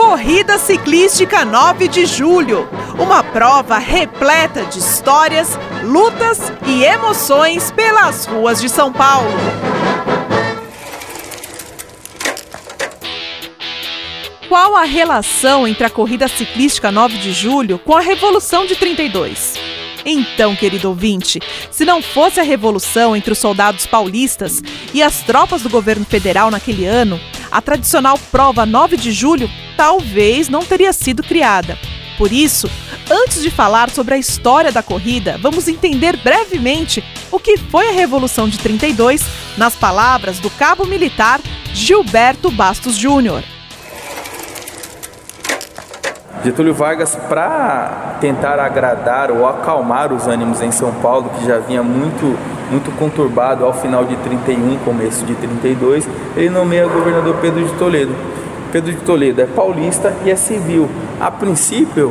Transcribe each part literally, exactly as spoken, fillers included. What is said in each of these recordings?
Corrida Ciclística nove de julho, uma prova repleta de histórias, lutas e emoções pelas ruas de São Paulo. Qual a relação entre a Corrida Ciclística nove de julho com a Revolução de trinta e dois? Então, querido ouvinte, se não fosse a revolução entre os soldados paulistas e as tropas do governo federal naquele ano, a tradicional prova nove de julho talvez não teria sido criada. Por isso, antes de falar sobre a história da corrida, vamos entender brevemente o que foi a Revolução de trinta e dois, nas palavras do cabo militar Gilberto Bastos Júnior. Getúlio Vargas, para tentar agradar ou acalmar os ânimos em São Paulo, que já vinha muito, muito conturbado ao final de trinta e um, começo de trinta e dois, ele nomeia o governador Pedro de Toledo. Pedro de Toledo é paulista e é civil. A princípio,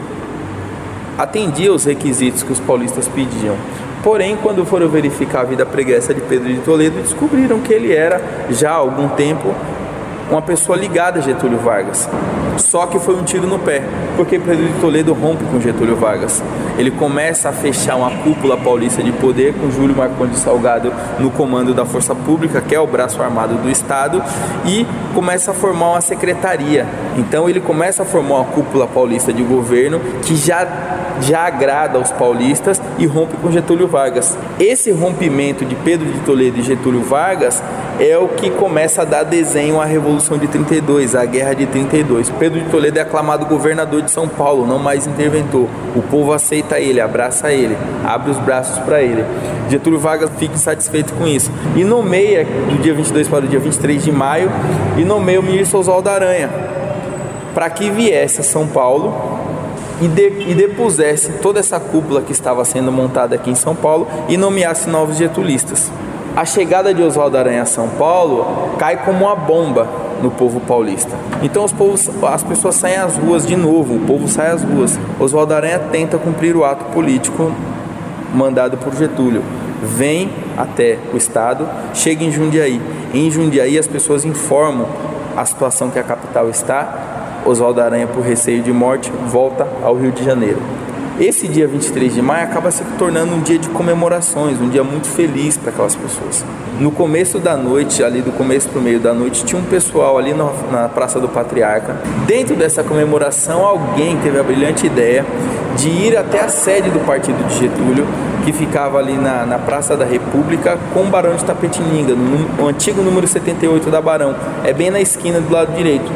atendia os requisitos que os paulistas pediam. Porém, quando foram verificar a vida pregressa de Pedro de Toledo, descobriram que ele era, já há algum tempo, uma pessoa ligada a Getúlio Vargas. Só que foi um tiro no pé, porque Pedro de Toledo rompe com Getúlio Vargas. Ele começa a fechar uma cúpula paulista de poder com Júlio Marcondes Salgado no comando da Força Pública, que é o braço armado do Estado, e começa a formar uma secretaria. Então ele começa a formar uma cúpula paulista de governo que já, já agrada aos paulistas e rompe com Getúlio Vargas. Esse rompimento de Pedro de Toledo e Getúlio Vargas é o que começa a dar desenho à Revolução de trinta e dois, à Guerra de trinta e dois. Pedro de Toledo é aclamado governador de São Paulo, não mais interventor. O povo aceita ele, abraça ele, abre os braços para ele. Getúlio Vargas fica insatisfeito com isso e nomeia, do dia vinte e dois para o dia vinte e três de maio, e nomeia o ministro Oswaldo Aranha para que viesse a São Paulo e, de, e depusesse toda essa cúpula que estava sendo montada aqui em São Paulo e nomeasse novos getulistas. A chegada de Oswaldo Aranha a São Paulo cai como uma bomba no povo paulista. Então os povos, as pessoas saem às ruas de novo, o povo sai às ruas. Oswaldo Aranha tenta cumprir o ato político mandado por Getúlio. Vem até o estado, chega em Jundiaí. Em Jundiaí as pessoas informam a situação que a capital está. Oswaldo Aranha, por receio de morte, volta ao Rio de Janeiro. Esse dia vinte e três de maio acaba se tornando um dia de comemorações, um dia muito feliz para aquelas pessoas. No começo da noite, ali do começo para o meio da noite, tinha um pessoal ali no, na Praça do Patriarca. Dentro dessa comemoração, alguém teve a brilhante ideia de ir até a sede do partido de Getúlio, que ficava ali na, na Praça da República, com o Barão de Tapetininga, no, no antigo número setenta e oito da Barão. É bem na esquina do lado direito.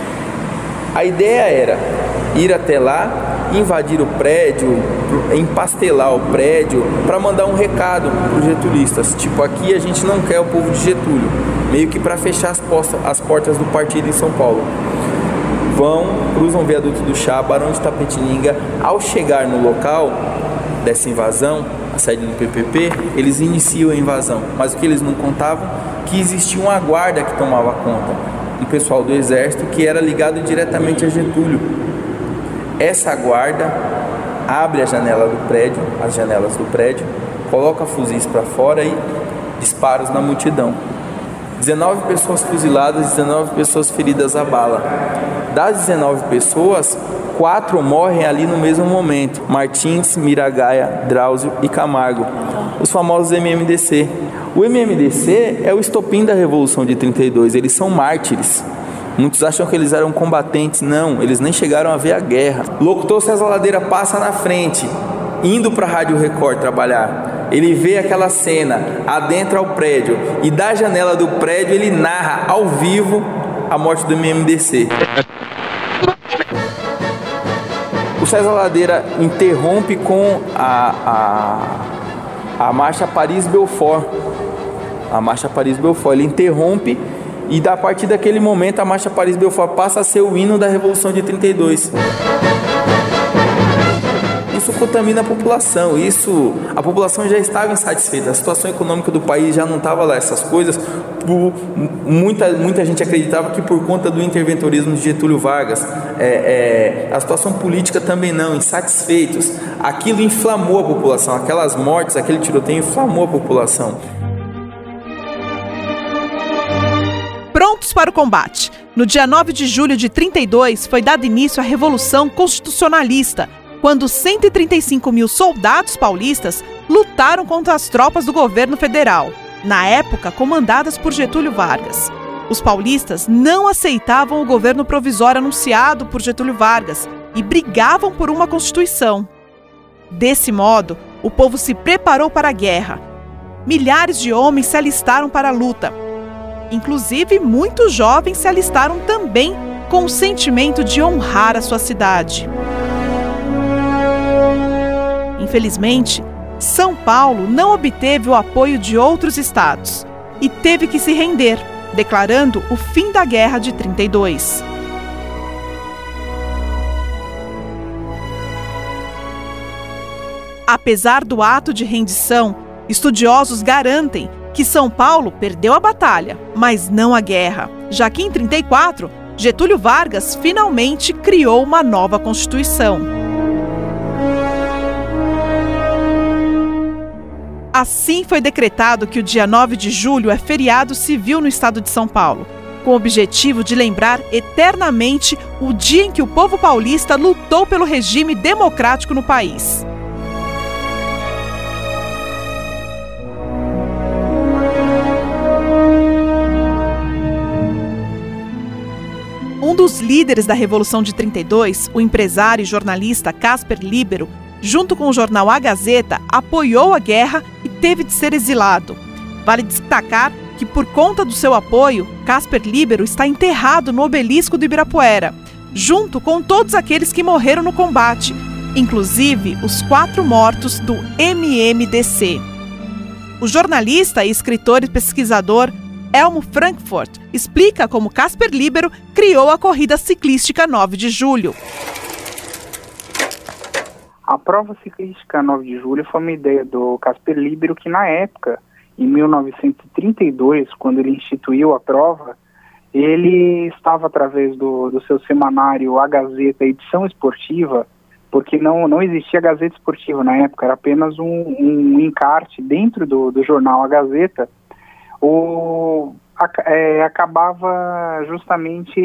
A ideia era ir até lá, invadir o prédio, empastelar o prédio, para mandar um recado para os getulistas. Tipo, aqui a gente não quer o povo de Getúlio, meio que para fechar as, postas, as portas do partido em São Paulo. Vão, cruzam o viaduto do Chá, Barão de Tapetininga. Ao chegar no local dessa invasão, a sede do P P P, eles iniciam a invasão. Mas o que eles não contavam? Que existia uma guarda que tomava conta, um pessoal do exército que era ligado diretamente a Getúlio. Essa guarda abre a janela do prédio, as janelas do prédio, coloca fuzis para fora e disparos na multidão. dezenove pessoas fuziladas, dezenove pessoas feridas a bala. Das dezenove pessoas, quatro morrem ali no mesmo momento: Martins, Miragaia, Drauzio e Camargo, os famosos M M D C. O M M D C é o estopim da Revolução de trinta e dois, eles são mártires. Muitos acham que eles eram combatentes. Não, eles nem chegaram a ver a guerra. O locutor César Ladeira passa na frente, indo para a Rádio Record trabalhar. Ele vê aquela cena, adentra ao prédio e da janela do prédio ele narra ao vivo a morte do M M D C. O César Ladeira interrompe com a, a, a marcha Paris-Belfort. A marcha Paris-Belfort. Ele interrompe e a partir daquele momento a marcha Paris-Belfort passa a ser o hino da Revolução de trinta e dois. Isso contamina a população, isso, a população já estava insatisfeita, a situação econômica do país já não estava lá, essas coisas. Por, muita, muita gente acreditava que por conta do interventorismo de Getúlio Vargas, é, é, a situação política também não, insatisfeitos. Aquilo inflamou a população, aquelas mortes, aquele tiroteio inflamou a população. prontos para o combate. No dia nove de julho de trinta e dois, foi dado início à Revolução Constitucionalista, quando cento e trinta e cinco mil soldados paulistas lutaram contra as tropas do governo federal, na época comandadas por Getúlio Vargas. Os paulistas não aceitavam o governo provisório anunciado por Getúlio Vargas e brigavam por uma Constituição. Desse modo, o povo se preparou para a guerra. Milhares de homens se alistaram para a luta. Inclusive, muitos jovens se alistaram também com o sentimento de honrar a sua cidade. Infelizmente, São Paulo não obteve o apoio de outros estados e teve que se render, declarando o fim da Guerra de trinta e dois. Apesar do ato de rendição, estudiosos garantem que São Paulo perdeu a batalha, mas não a guerra, já que em trinta e quatro, Getúlio Vargas finalmente criou uma nova Constituição. Assim foi decretado que o dia nove de julho é feriado civil no estado de São Paulo, com o objetivo de lembrar eternamente o dia em que o povo paulista lutou pelo regime democrático no país. Um dos líderes da Revolução de trinta e dois, o empresário e jornalista Casper Líbero, junto com o jornal A Gazeta, apoiou a guerra e teve de ser exilado. Vale destacar que, por conta do seu apoio, Casper Líbero está enterrado no obelisco do Ibirapuera, junto com todos aqueles que morreram no combate, inclusive os quatro mortos do M M D C. O jornalista, escritor e pesquisador Elmo Frankfurt explica como Casper Líbero criou a corrida ciclística nove de julho. A prova ciclística nove de julho foi uma ideia do Casper Líbero que, na época, em mil novecentos e trinta e dois, quando ele instituiu a prova, ele estava, através do, do seu semanário A Gazeta Edição Esportiva, porque não, não existia Gazeta Esportiva na época, era apenas um, um encarte dentro do, do jornal A Gazeta, o, a, é, acabava justamente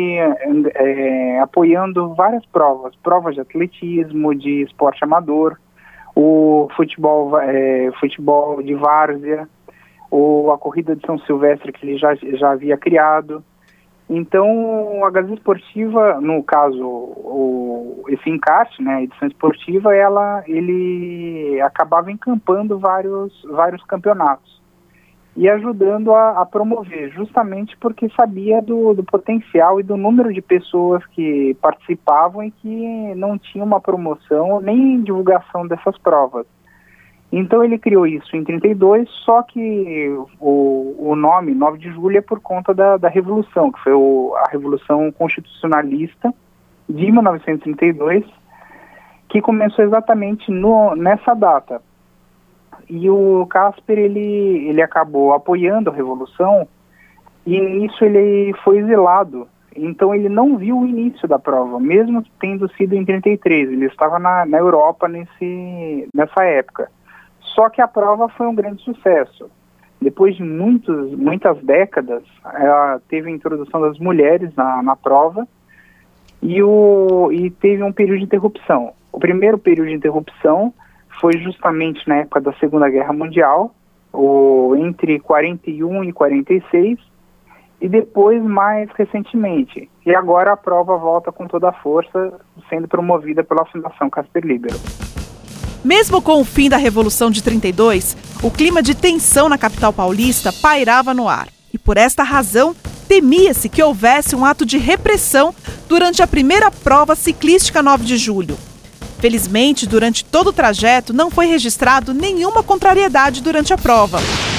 é, apoiando várias provas, provas de atletismo, de esporte amador, o futebol, é, futebol de várzea, ou a corrida de São Silvestre que ele já, já havia criado. Então, a Gazeta Esportiva, no caso, o, esse encarte, né, a edição esportiva, ela, ele acabava encampando vários, vários campeonatos e ajudando a, a promover, justamente porque sabia do, do potencial e do número de pessoas que participavam e que não tinha uma promoção nem divulgação dessas provas. Então ele criou isso em trinta e dois, só que o, o nome nove de julho é por conta da, da Revolução, que foi o, a Revolução Constitucionalista de mil novecentos e trinta e dois, que começou exatamente no, nessa data. E o Casper, ele, ele acabou apoiando a Revolução e nisso ele foi exilado. Então ele não viu o início da prova, mesmo tendo sido em trinta e três, ele estava na, na Europa nesse, nessa época. Só que a prova foi um grande sucesso. Depois de muitos, muitas décadas, ela teve a introdução das mulheres na, na prova e, o, e teve um período de interrupção. O primeiro período de interrupção foi justamente na época da Segunda Guerra Mundial, o, entre quarenta e um e quarenta e seis, e depois mais recentemente. E agora a prova volta com toda a força, sendo promovida pela Fundação Casper Líbero. Mesmo com o fim da Revolução de trinta e dois, o clima de tensão na capital paulista pairava no ar. E por esta razão, temia-se que houvesse um ato de repressão durante a primeira prova ciclística nove de julho. Felizmente, durante todo o trajeto, não foi registrado nenhuma contrariedade durante a prova.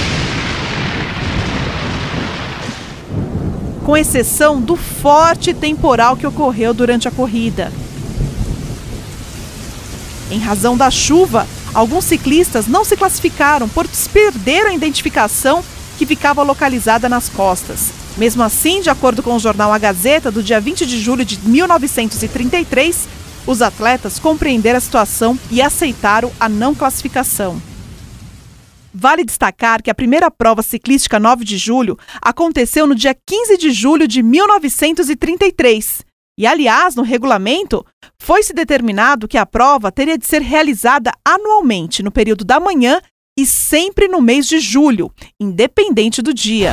Com exceção do forte temporal que ocorreu durante a corrida. Em razão da chuva, alguns ciclistas não se classificaram, pois perderam a identificação que ficava localizada nas costas. Mesmo assim, de acordo com o jornal A Gazeta, do dia vinte de julho de mil novecentos e trinta e três, os atletas compreenderam a situação e aceitaram a não classificação. Vale destacar que a primeira prova ciclística nove de julho aconteceu no dia quinze de julho de mil novecentos e trinta e três. E, aliás, no regulamento, foi-se determinado que a prova teria de ser realizada anualmente no período da manhã e sempre no mês de julho, independente do dia.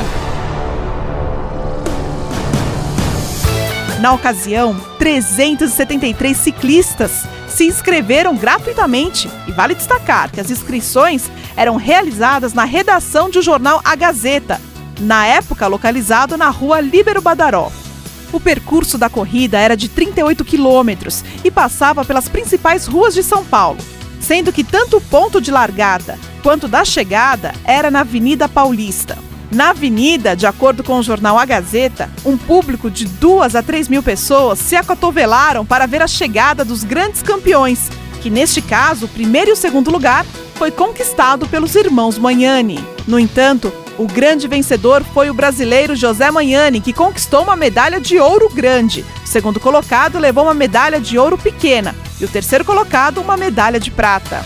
Na ocasião, trezentos e setenta e três ciclistas se inscreveram gratuitamente e vale destacar que as inscrições eram realizadas na redação de o jornal A Gazeta, na época localizado na rua Líbero Badaró. O percurso da corrida era de trinta e oito quilômetros e passava pelas principais ruas de São Paulo, sendo que tanto o ponto de largada quanto da chegada era na Avenida Paulista. Na avenida, de acordo com o jornal A Gazeta, um público de duas a três mil pessoas se acotovelaram para ver a chegada dos grandes campeões, que neste caso, o primeiro e o segundo lugar foi conquistado pelos irmãos Magnani. No entanto, o grande vencedor foi o brasileiro José Magnani, que conquistou uma medalha de ouro grande. O segundo colocado levou uma medalha de ouro pequena e o terceiro colocado uma medalha de prata.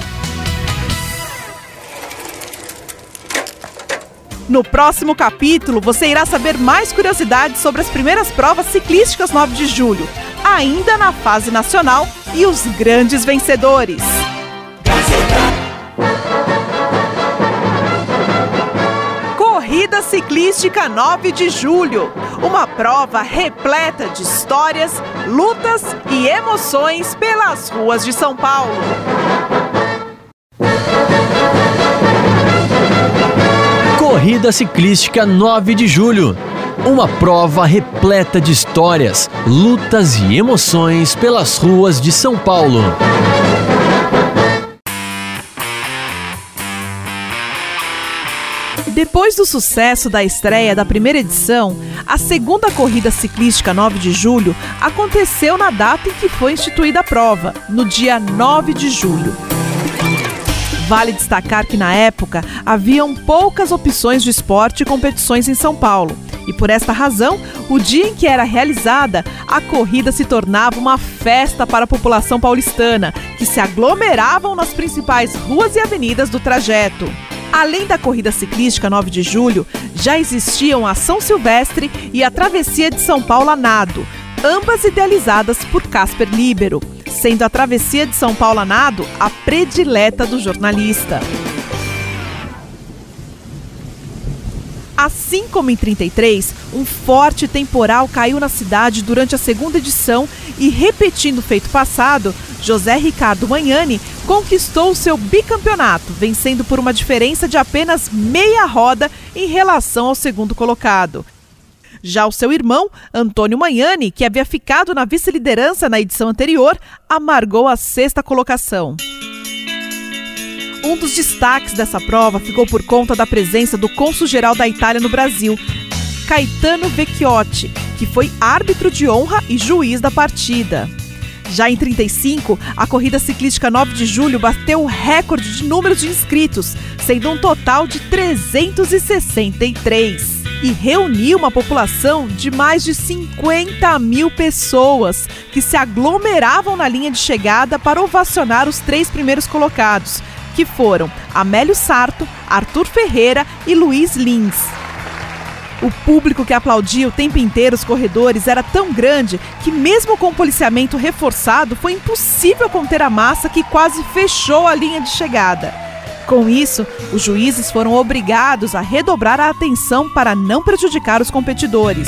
No próximo capítulo, você irá saber mais curiosidades sobre as primeiras provas ciclísticas nove de julho, ainda na fase nacional, e os grandes vencedores. Corrida Ciclística nove de julho, uma prova repleta de histórias, lutas e emoções pelas ruas de São Paulo. Corrida Ciclística nove de julho. Uma prova repleta de histórias, lutas e emoções pelas ruas de São Paulo. Depois do sucesso da estreia da primeira edição, a segunda Corrida Ciclística nove de julho aconteceu na data em que foi instituída a prova, no dia nove de julho. Vale destacar que, na época, haviam poucas opções de esporte e competições em São Paulo. E, por esta razão, o dia em que era realizada, a corrida se tornava uma festa para a população paulistana, que se aglomeravam nas principais ruas e avenidas do trajeto. Além da Corrida Ciclística nove de julho, já existiam a São Silvestre e a Travessia de São Paulo a nado, ambas idealizadas por Casper Libero, sendo a Travessia de São Paulo a nado a predileta do jornalista. Assim como em trinta e três, um forte temporal caiu na cidade durante a segunda edição e, repetindo o feito passado, José Ricardo Magnani conquistou o seu bicampeonato, vencendo por uma diferença de apenas meia roda em relação ao segundo colocado. Já o seu irmão, Antônio Magnani, que havia ficado na vice-liderança na edição anterior, amargou a sexta colocação. Um dos destaques dessa prova ficou por conta da presença do cônsul-geral da Itália no Brasil, Caetano Vecchiotti, que foi árbitro de honra e juiz da partida. Já em trinta e cinco, a Corrida Ciclística nove de julho bateu o recorde de número de inscritos, sendo um total de trezentos e sessenta e três. E reuniu uma população de mais de cinquenta mil pessoas, que se aglomeravam na linha de chegada para ovacionar os três primeiros colocados, que foram Amélio Sarto, Arthur Ferreira e Luiz Lins. O público que aplaudia o tempo inteiro os corredores era tão grande que, mesmo com o policiamento reforçado, foi impossível conter a massa que quase fechou a linha de chegada. Com isso, os juízes foram obrigados a redobrar a atenção para não prejudicar os competidores.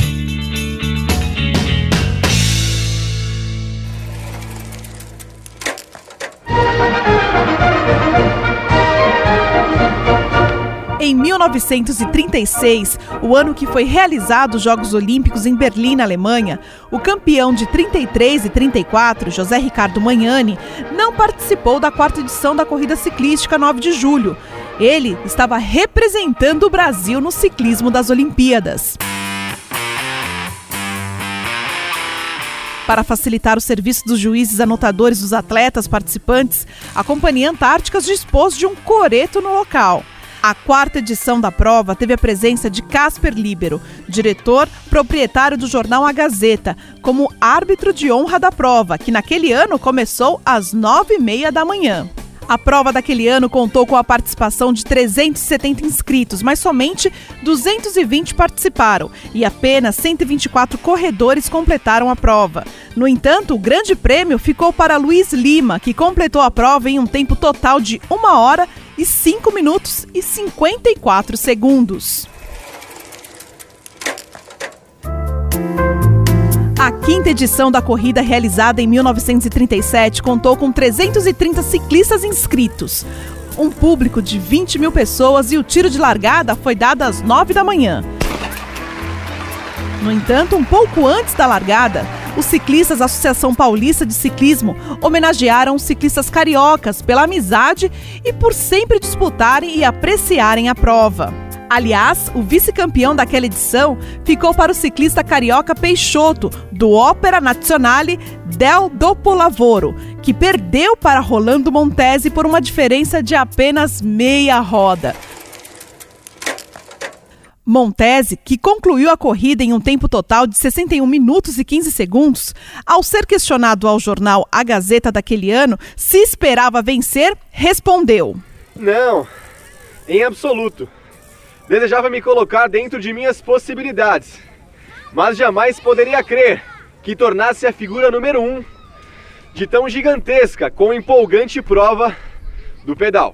Em mil novecentos e trinta e seis, o ano que foi realizado os Jogos Olímpicos em Berlim, na Alemanha, o campeão de trinta e três e trinta e quatro, José Ricardo Magnani, não participou da quarta edição da Corrida Ciclística nove de julho. Ele estava representando o Brasil no ciclismo das Olimpíadas. Para facilitar o serviço dos juízes anotadores dos atletas participantes, a Companhia Antártica dispôs de um coreto no local. A quarta edição da prova teve a presença de Casper Libero, diretor proprietário do jornal A Gazeta, como árbitro de honra da prova, que naquele ano começou às nove e meia da manhã. A prova daquele ano contou com a participação de trezentos e setenta inscritos, mas somente duzentos e vinte participaram e apenas cento e vinte e quatro corredores completaram a prova. No entanto, o grande prêmio ficou para Luiz Lima, que completou a prova em um tempo total de uma hora e cinco minutos e cinquenta e quatro segundos. A quinta edição da corrida, realizada em mil novecentos e trinta e sete, contou com trezentos e trinta ciclistas inscritos, um público de vinte mil pessoas e o tiro de largada foi dado às nove da manhã. No entanto, um pouco antes da largada, os ciclistas da Associação Paulista de Ciclismo homenagearam os ciclistas cariocas pela amizade e por sempre disputarem e apreciarem a prova. Aliás, o vice-campeão daquela edição ficou para o ciclista carioca Peixoto, do Opera Nazionale del Dopolavoro, que perdeu para Rolando Montesi por uma diferença de apenas meia roda. Montesi, que concluiu a corrida em um tempo total de sessenta e um minutos e quinze segundos, ao ser questionado ao jornal A Gazeta daquele ano se esperava vencer, respondeu: Não, em absoluto. Desejava me colocar dentro de minhas possibilidades, mas jamais poderia crer que tornasse a figura número um de tão gigantesca com empolgante prova do pedal.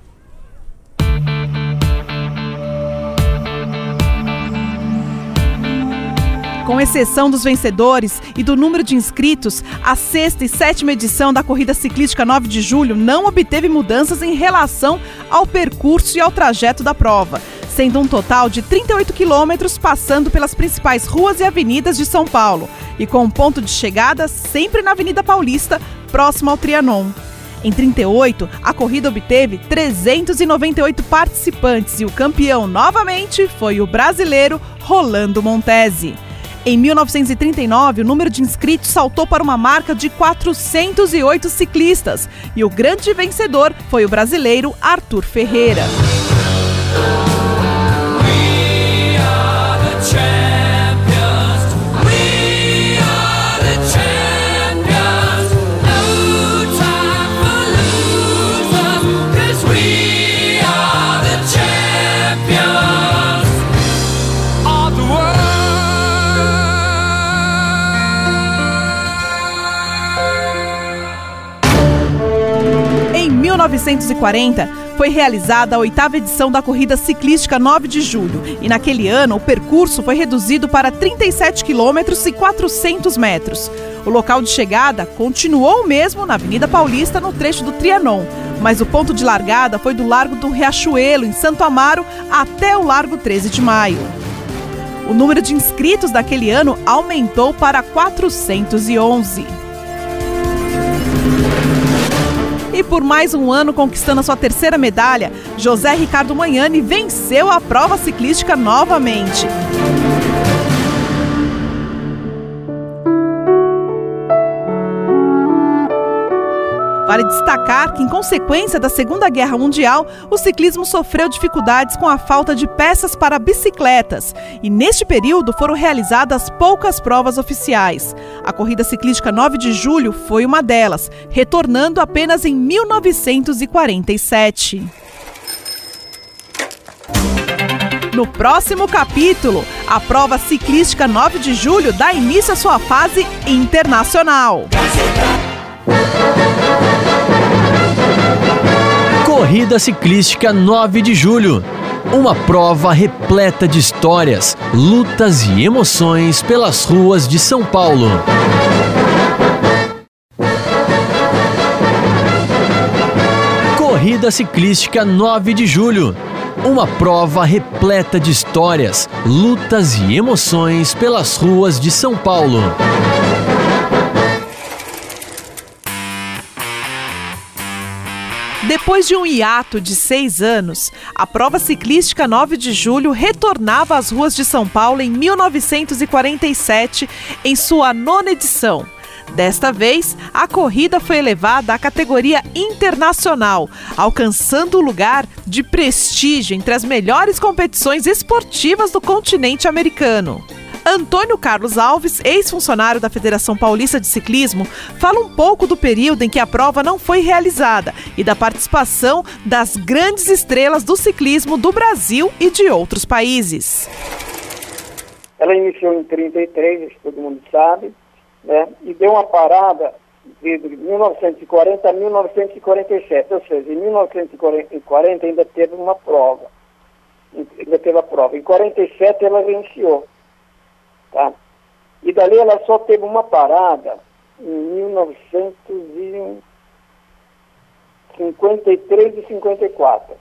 Com exceção dos vencedores e do número de inscritos, a sexta e sétima edição da Corrida Ciclística nove de julho não obteve mudanças em relação ao percurso e ao trajeto da prova, sendo um total de trinta e oito quilômetros passando pelas principais ruas e avenidas de São Paulo e com um ponto de chegada sempre na Avenida Paulista, próximo ao Trianon. Em trinta e oito, a corrida obteve trezentos e noventa e oito participantes e o campeão novamente foi o brasileiro Rolando Montesi. Em mil novecentos e trinta e nove, o número de inscritos saltou para uma marca de quatrocentos e oito ciclistas e o grande vencedor foi o brasileiro Arthur Ferreira. Em mil novecentos e quarenta, foi realizada a oitava edição da Corrida Ciclística nove de julho e naquele ano o percurso foi reduzido para trinta e sete quilômetros e quatrocentos metros. O local de chegada continuou o mesmo na Avenida Paulista, no trecho do Trianon, mas o ponto de largada foi do Largo do Riachuelo, em Santo Amaro, até o Largo treze de maio. O número de inscritos daquele ano aumentou para quatrocentos e onze. E por mais um ano conquistando a sua terceira medalha, José Ricardo Magnani venceu a prova ciclística novamente. Vale destacar que, em consequência da Segunda Guerra Mundial, o ciclismo sofreu dificuldades com a falta de peças para bicicletas e, neste período, foram realizadas poucas provas oficiais. A Corrida Ciclística nove de julho foi uma delas, retornando apenas em mil novecentos e quarenta e sete. No próximo capítulo, a prova ciclística nove de julho dá início à sua fase internacional. Corrida Ciclística nove de julho. Uma prova repleta de histórias, lutas e emoções pelas ruas de São Paulo. Corrida Ciclística nove de julho. Uma prova repleta de histórias, lutas e emoções pelas ruas de São Paulo. Depois de um hiato de seis anos, a prova ciclística nove de julho retornava às ruas de São Paulo em mil novecentos e quarenta e sete, em sua nona edição. Desta vez, a corrida foi elevada à categoria internacional, alcançando o lugar de prestígio entre as melhores competições esportivas do continente americano. Antônio Carlos Alves, ex-funcionário da Federação Paulista de Ciclismo, fala um pouco do período em que a prova não foi realizada e da participação das grandes estrelas do ciclismo do Brasil e de outros países. Ela iniciou em trinta e três, isso todo mundo sabe, né, e deu uma parada de mil novecentos e quarenta a mil novecentos e quarenta e sete, ou seja, em mil novecentos e quarenta ainda teve uma prova, ainda teve a prova. Em quarenta e sete ela reiniciou. Tá? E dali ela só teve uma parada em mil novecentos e cinquenta e três e cinquenta e quatro.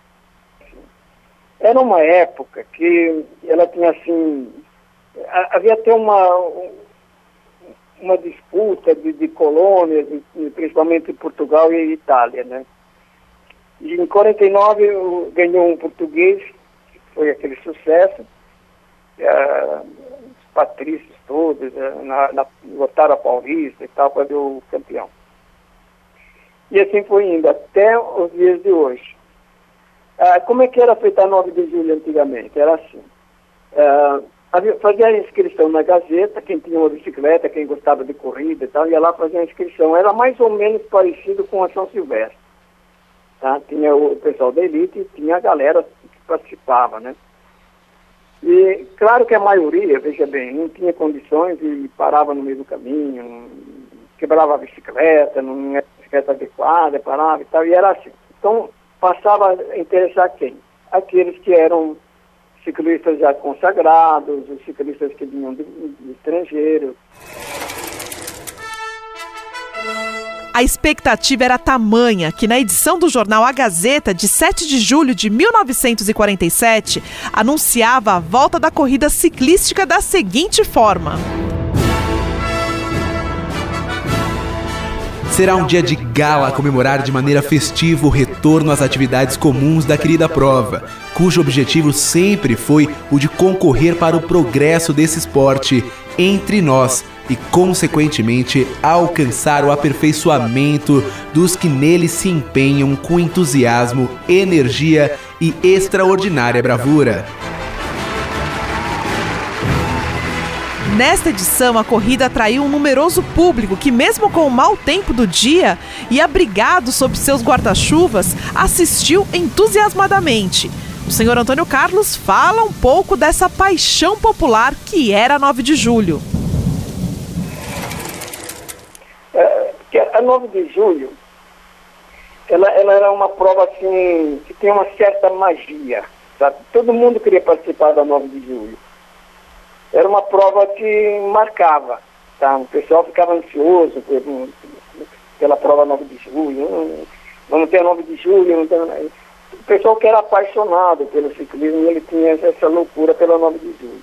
Era uma época que ela tinha assim, havia até uma, uma disputa de, de colônias, principalmente Portugal e Itália, né? E em quarenta e nove ganhou um português, foi aquele sucesso. Uh, os patrícios todos uh, na, na, votaram a Paulista e tal para ver o campeão. E assim foi indo até os dias de hoje. Uh, como é que era feita a nove de julho antigamente? Era assim. Uh, havia, fazia a inscrição na Gazeta, quem tinha uma bicicleta, quem gostava de corrida e tal, ia lá fazer a inscrição. Era mais ou menos parecido com a São Silvestre. Tá? Tinha o pessoal da elite e tinha a galera que participava, né? E claro que a maioria, veja bem, não tinha condições e parava no meio do caminho, quebrava a bicicleta, não era bicicleta adequada, parava e tal, e era assim. Então, passava a interessar quem? Aqueles que eram ciclistas já consagrados, os ciclistas que vinham do, do estrangeiro. A expectativa era tamanha que na edição do jornal A Gazeta, de sete de julho de mil novecentos e quarenta e sete, anunciava a volta da corrida ciclística da seguinte forma: será um dia de gala a comemorar de maneira festiva o retorno às atividades comuns da querida prova, cujo objetivo sempre foi o de concorrer para o progresso desse esporte entre nós e, consequentemente, alcançar o aperfeiçoamento dos que nele se empenham com entusiasmo, energia e extraordinária bravura. Nesta edição, a corrida atraiu um numeroso público que, mesmo com o mau tempo do dia e abrigado sob seus guarda-chuvas, assistiu entusiasmadamente. O senhor Antônio Carlos fala um pouco dessa paixão popular que era a nove de julho. A nove de julho, ela, ela era uma prova assim, que tem uma certa magia, sabe? Todo mundo queria participar da nove de julho. Era uma prova que marcava, tá? O pessoal ficava ansioso por, pela prova nove de julho. Vamos ter a nove de julho. O pessoal que era apaixonado pelo ciclismo, ele tinha essa loucura pela nove de julho.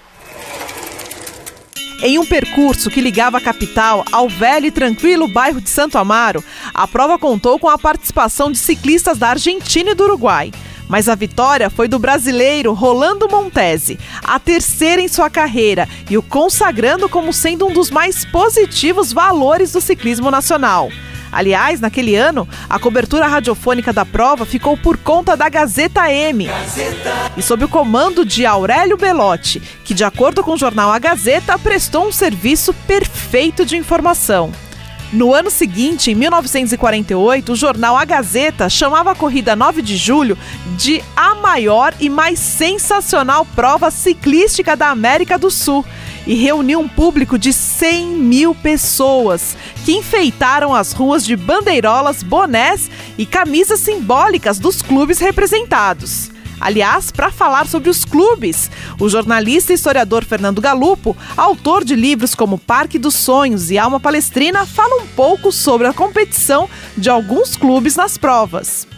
Em um percurso que ligava a capital ao velho e tranquilo bairro de Santo Amaro, a prova contou com a participação de ciclistas da Argentina e do Uruguai. Mas a vitória foi do brasileiro Rolando Montesi, a terceira em sua carreira, e o consagrando como sendo um dos mais positivos valores do ciclismo nacional. Aliás, naquele ano, a cobertura radiofônica da prova ficou por conta da Gazeta M. Gazeta. E sob o comando de Aurélio Belotti, que, de acordo com o jornal A Gazeta, prestou um serviço perfeito de informação. No ano seguinte, em mil novecentos e quarenta e oito, o jornal A Gazeta chamava a corrida nove de julho de a maior e mais sensacional prova ciclística da América do Sul e reuniu um público de cem mil pessoas, que enfeitaram as ruas de bandeirolas, bonés e camisas simbólicas dos clubes representados. Aliás, para falar sobre os clubes, o jornalista e historiador Fernando Galupo, autor de livros como Parque dos Sonhos e Alma Palestrina, fala um pouco sobre a competição de alguns clubes nas provas.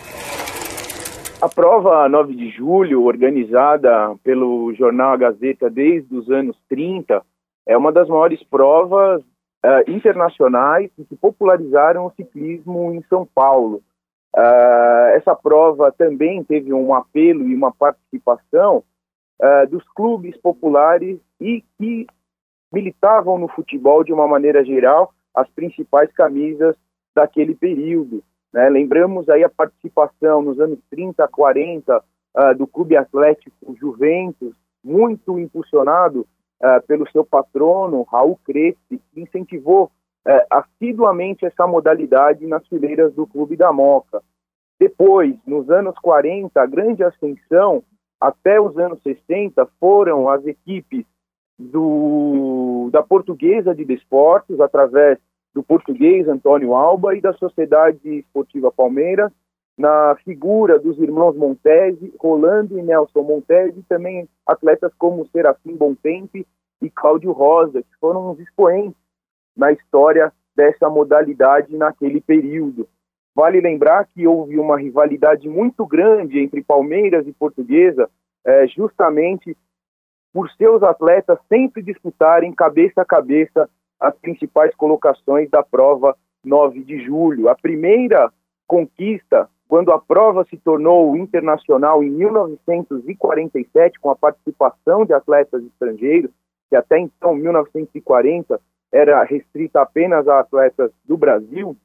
A prova nove de julho, organizada pelo jornal A Gazeta desde os anos trinta, é uma das maiores provas uh, internacionais que popularizaram o ciclismo em São Paulo. Uh, essa prova também teve um apelo e uma participação uh, dos clubes populares e que militavam no futebol de uma maneira geral as principais camisas daquele período, né? Lembramos aí a participação nos anos trinta, quarenta uh, do Clube Atlético Juventus, muito impulsionado uh, pelo seu patrono, Raul Crespi, que incentivou uh, assiduamente essa modalidade nas fileiras do Clube da Moca. Depois, nos anos quarenta, a grande ascensão, até os anos sessenta, foram as equipes do, da Portuguesa de Desportos, através do português Antônio Alba e da Sociedade Esportiva Palmeiras, na figura dos irmãos Montesi, Rolando e Nelson Montesi, e também atletas como Serafim Bontempi e Cláudio Rosa, que foram os expoentes na história dessa modalidade naquele período. Vale lembrar que houve uma rivalidade muito grande entre Palmeiras e Portuguesa, é, justamente por seus atletas sempre disputarem cabeça a cabeça as principais colocações da prova nove de julho. A primeira conquista, quando a prova se tornou internacional em mil novecentos e quarenta e sete, com a participação de atletas estrangeiros, que até então, mil novecentos e quarenta, era restrita apenas a atletas do Brasil,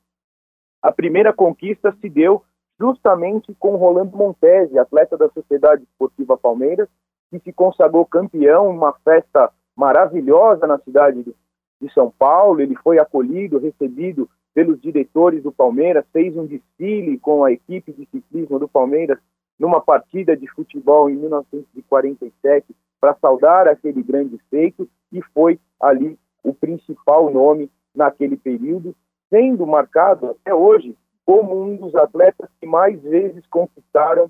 a primeira conquista se deu justamente com Rolando Montesi, atleta da Sociedade Esportiva Palmeiras, que se consagrou campeão, uma festa maravilhosa na cidade de São Paulo. Ele foi acolhido, recebido pelos diretores do Palmeiras, fez um desfile com a equipe de ciclismo do Palmeiras numa partida de futebol em mil novecentos e quarenta e sete para saudar aquele grande feito, e foi ali o principal nome naquele período, sendo marcado até hoje como um dos atletas que mais vezes conquistaram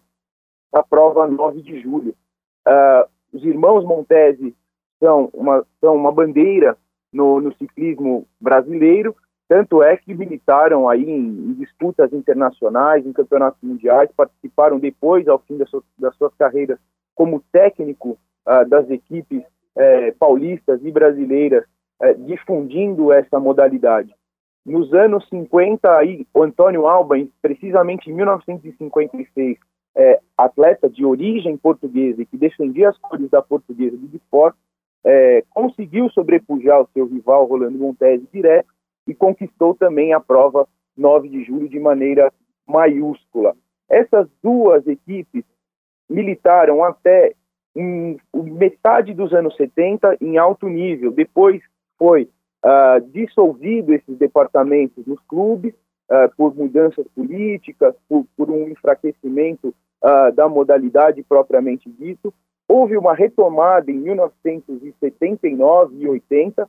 a prova nove de julho. Uh, os irmãos Montesi são uma, são uma bandeira no, no ciclismo brasileiro, tanto é que militaram aí em, em disputas internacionais, em campeonatos mundiais, participaram depois, ao fim das suas, das suas carreiras, como técnico uh, das equipes uh, paulistas e brasileiras, uh, difundindo essa modalidade. Nos anos cinquenta, aí, o Antônio Alba, precisamente em mil novecentos e cinquenta e seis, é, atleta de origem portuguesa e que defendia as cores da Portuguesa de Desportos, é, conseguiu sobrepujar o seu rival Rolando Montesi direto e conquistou também a prova nove de julho de maneira maiúscula. Essas duas equipes militaram até em metade dos anos setenta em alto nível. Depois foi Uh, dissolvido esses departamentos nos clubes, uh, por mudanças políticas, por, por um enfraquecimento uh, da modalidade propriamente dito. Houve uma retomada em mil novecentos e setenta e nove e oitenta,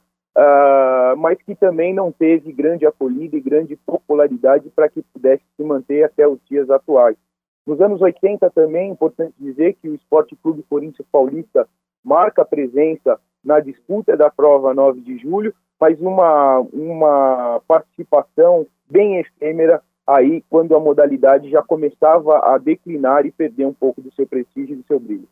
uh, mas que também não teve grande acolhida e grande popularidade para que pudesse se manter até os dias atuais. Nos anos oitenta também é importante dizer que o Esporte Clube Corinthians Paulista marca presença na disputa da prova nove de julho, mas uma, uma participação bem efêmera aí quando a modalidade já começava a declinar e perder um pouco do seu prestígio e do seu brilho.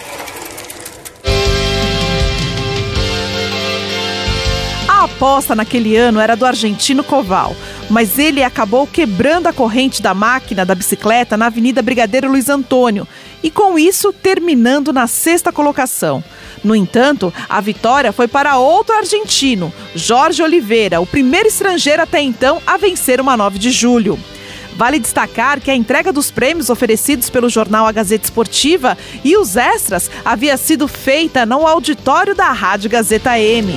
A aposta naquele ano era do argentino Koval, mas ele acabou quebrando a corrente da máquina da bicicleta na Avenida Brigadeiro Luiz Antônio e, com isso, terminando na sexta colocação. No entanto, a vitória foi para outro argentino, Jorge Oliveira, o primeiro estrangeiro até então a vencer uma nove de julho. Vale destacar que a entrega dos prêmios oferecidos pelo jornal A Gazeta Esportiva e os extras havia sido feita no auditório da Rádio Gazeta M.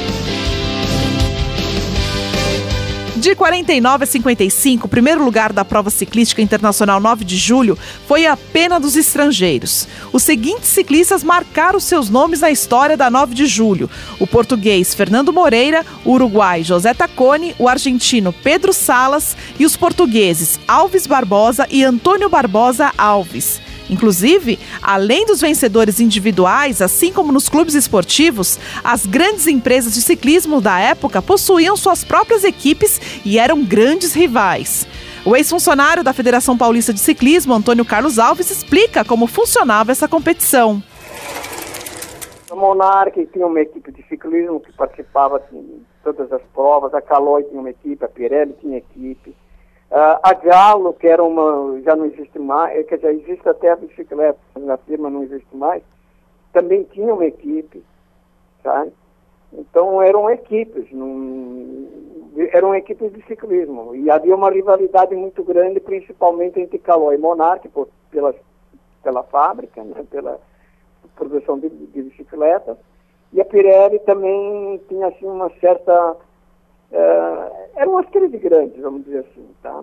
De quarenta e nove a cinquenta e cinco, o primeiro lugar da prova ciclística internacional nove de julho foi a pena dos estrangeiros. Os seguintes ciclistas marcaram seus nomes na história da nove de julho: o português Fernando Moreira, o uruguai José Tacconi, o argentino Pedro Salas e os portugueses Alves Barbosa e Antônio Barbosa Alves. Inclusive, além dos vencedores individuais, assim como nos clubes esportivos, as grandes empresas de ciclismo da época possuíam suas próprias equipes e eram grandes rivais. O ex-funcionário da Federação Paulista de Ciclismo, Antônio Carlos Alves, explica como funcionava essa competição. A Monarch tinha uma equipe de ciclismo que participava de todas as provas, a Caloi tinha uma equipe, a Pirelli tinha equipe. Uh, a Galo, que era uma, já não existe mais, quer dizer, existe até a bicicleta, na firma não existe mais, também tinha uma equipe, sabe? Então eram equipes, não, eram equipes de ciclismo, e havia uma rivalidade muito grande, principalmente entre Caloi e Monarch, por, pela, pela fábrica, né, pela produção de, de bicicletas, E a Pirelli também tinha assim uma certa... Uh, era uma série grande, vamos dizer assim, tá?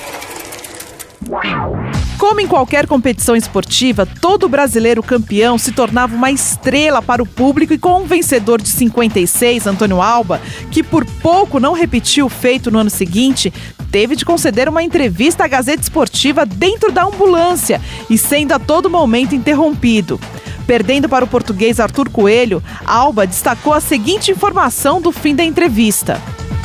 Como em qualquer competição esportiva, todo brasileiro campeão se tornava uma estrela para o público e com o vencedor de cinquenta e seis, Antônio Alba, que por pouco não repetiu o feito no ano seguinte, teve de conceder uma entrevista à Gazeta Esportiva dentro da ambulância e sendo a todo momento interrompido. Perdendo para o português Arthur Coelho, Alba destacou a seguinte informação do fim da entrevista: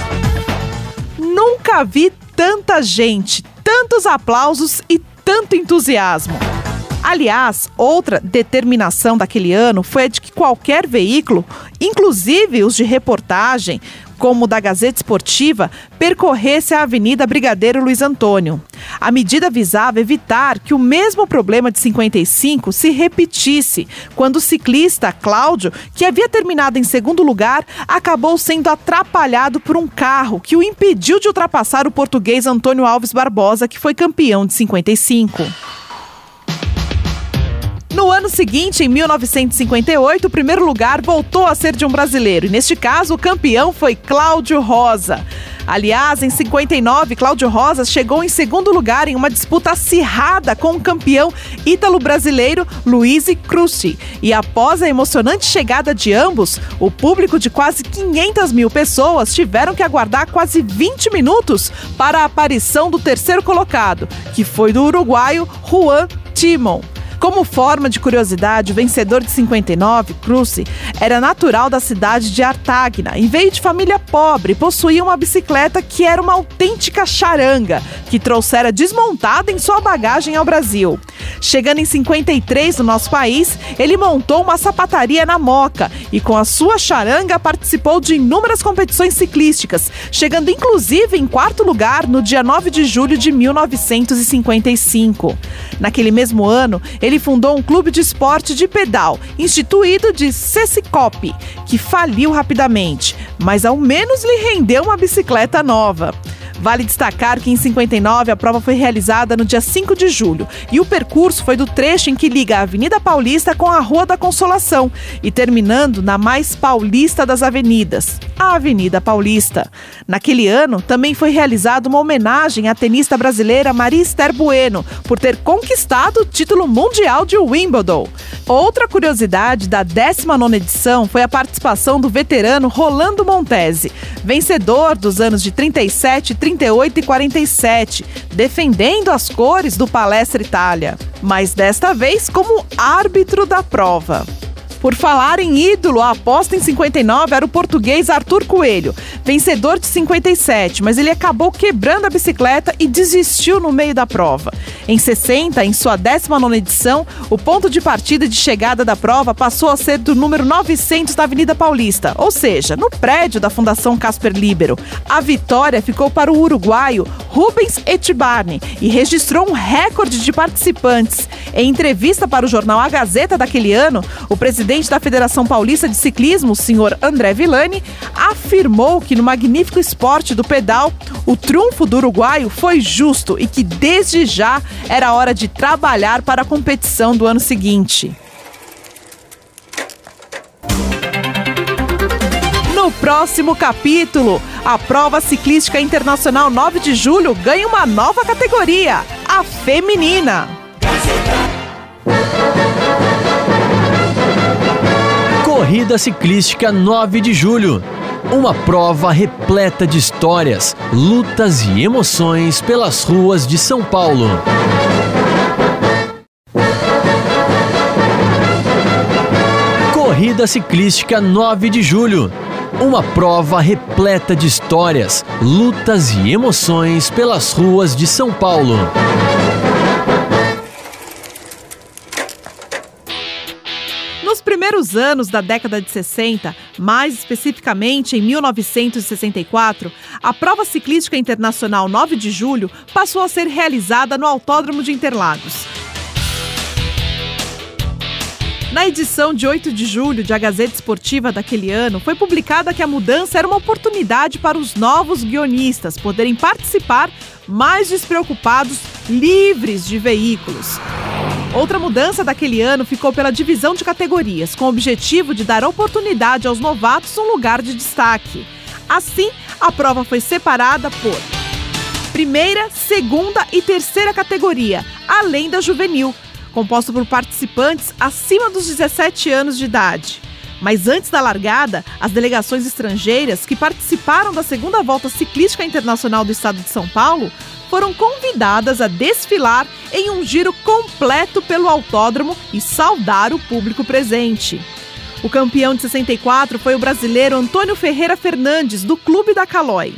"Nunca vi tanta gente, tantos aplausos e tanto entusiasmo." Aliás, outra determinação daquele ano foi a de que qualquer veículo, inclusive os de reportagem, como o da Gazeta Esportiva, percorresse a Avenida Brigadeiro Luiz Antônio. A medida visava evitar que o mesmo problema de cinquenta e cinco se repetisse, quando o ciclista Cláudio, que havia terminado em segundo lugar, acabou sendo atrapalhado por um carro que o impediu de ultrapassar o português Antônio Alves Barbosa, que foi campeão de cinquenta e cinco. No ano seguinte, em mil novecentos e cinquenta e oito, o primeiro lugar voltou a ser de um brasileiro. E neste caso, o campeão foi Cláudio Rosa. Aliás, em cinquenta e nove, Cláudio Rosa chegou em segundo lugar em uma disputa acirrada com o campeão ítalo-brasileiro Luiz Cruci. E após a emocionante chegada de ambos, o público de quase quinhentas mil pessoas tiveram que aguardar quase vinte minutos para a aparição do terceiro colocado, que foi do uruguaio Juan Timon. Como forma de curiosidade, o vencedor de cinquenta e nove, Cruci, era natural da cidade de Artagna e veio de família pobre e possuía uma bicicleta que era uma autêntica charanga, que trouxera desmontada em sua bagagem ao Brasil. Chegando em cinquenta e três no nosso país, ele montou uma sapataria na Moca e com a sua charanga participou de inúmeras competições ciclísticas, chegando inclusive em quarto lugar no dia nove de julho de mil novecentos e cinquenta e cinco. Naquele mesmo ano, ele fundou um clube de esporte de pedal, instituído de Cecicop, que faliu rapidamente, mas ao menos lhe rendeu uma bicicleta nova. Vale destacar que em cinquenta e nove a prova foi realizada no dia cinco de julho e o percurso foi do trecho em que liga a Avenida Paulista com a Rua da Consolação e terminando na mais paulista das avenidas, a Avenida Paulista. Naquele ano também foi realizada uma homenagem à tenista brasileira Maria Esther Bueno por ter conquistado o título mundial de Wimbledon. Outra curiosidade da décima nona edição foi a participação do veterano Rolando Montesi, vencedor dos anos de trinta e sete, trinta e oito e quarenta e sete, defendendo as cores do Palestra Itália, mas desta vez como árbitro da prova. Por falar em ídolo, a aposta em cinquenta e nove era o português Arthur Coelho, vencedor de cinquenta e sete, mas ele acabou quebrando a bicicleta e desistiu no meio da prova. Em sessenta, em sua décima nona edição, o ponto de partida e de chegada da prova passou a ser do número novecentos da Avenida Paulista, ou seja, no prédio da Fundação Casper Libero. A vitória ficou para o uruguaio Rubens Etibarne e registrou um recorde de participantes. Em entrevista para o jornal A Gazeta daquele ano, o presidente da Federação Paulista de Ciclismo, o senhor André Villani, afirmou que no magnífico esporte do pedal, o triunfo do uruguaio foi justo e que desde já era hora de trabalhar para a competição do ano seguinte. No próximo capítulo, a prova ciclística internacional nove de julho ganha uma nova categoria, a feminina. Corrida Ciclística nove de julho. Uma prova repleta de histórias, lutas e emoções pelas ruas de São Paulo. Corrida Ciclística nove de julho. Uma prova repleta de histórias, lutas e emoções pelas ruas de São Paulo. Nos primeiros anos da década de sessenta, mais especificamente em mil novecentos e sessenta e quatro, a prova ciclística internacional nove de julho passou a ser realizada no Autódromo de Interlagos. Na edição de oito de julho de A Gazeta Esportiva daquele ano, foi publicada que a mudança era uma oportunidade para os novos guionistas poderem participar mais despreocupados, livres de veículos. Outra mudança daquele ano ficou pela divisão de categorias, com o objetivo de dar oportunidade aos novatos um lugar de destaque. Assim, a prova foi separada por primeira, segunda e terceira categoria, além da juvenil, composta por participantes acima dos dezessete anos de idade. Mas antes da largada, as delegações estrangeiras que participaram da segunda volta ciclística internacional do estado de São Paulo foram convidadas a desfilar em um giro completo pelo autódromo e saudar o público presente. O campeão de sessenta e quatro foi o brasileiro Antônio Ferreira Fernandes, do Clube da Calói.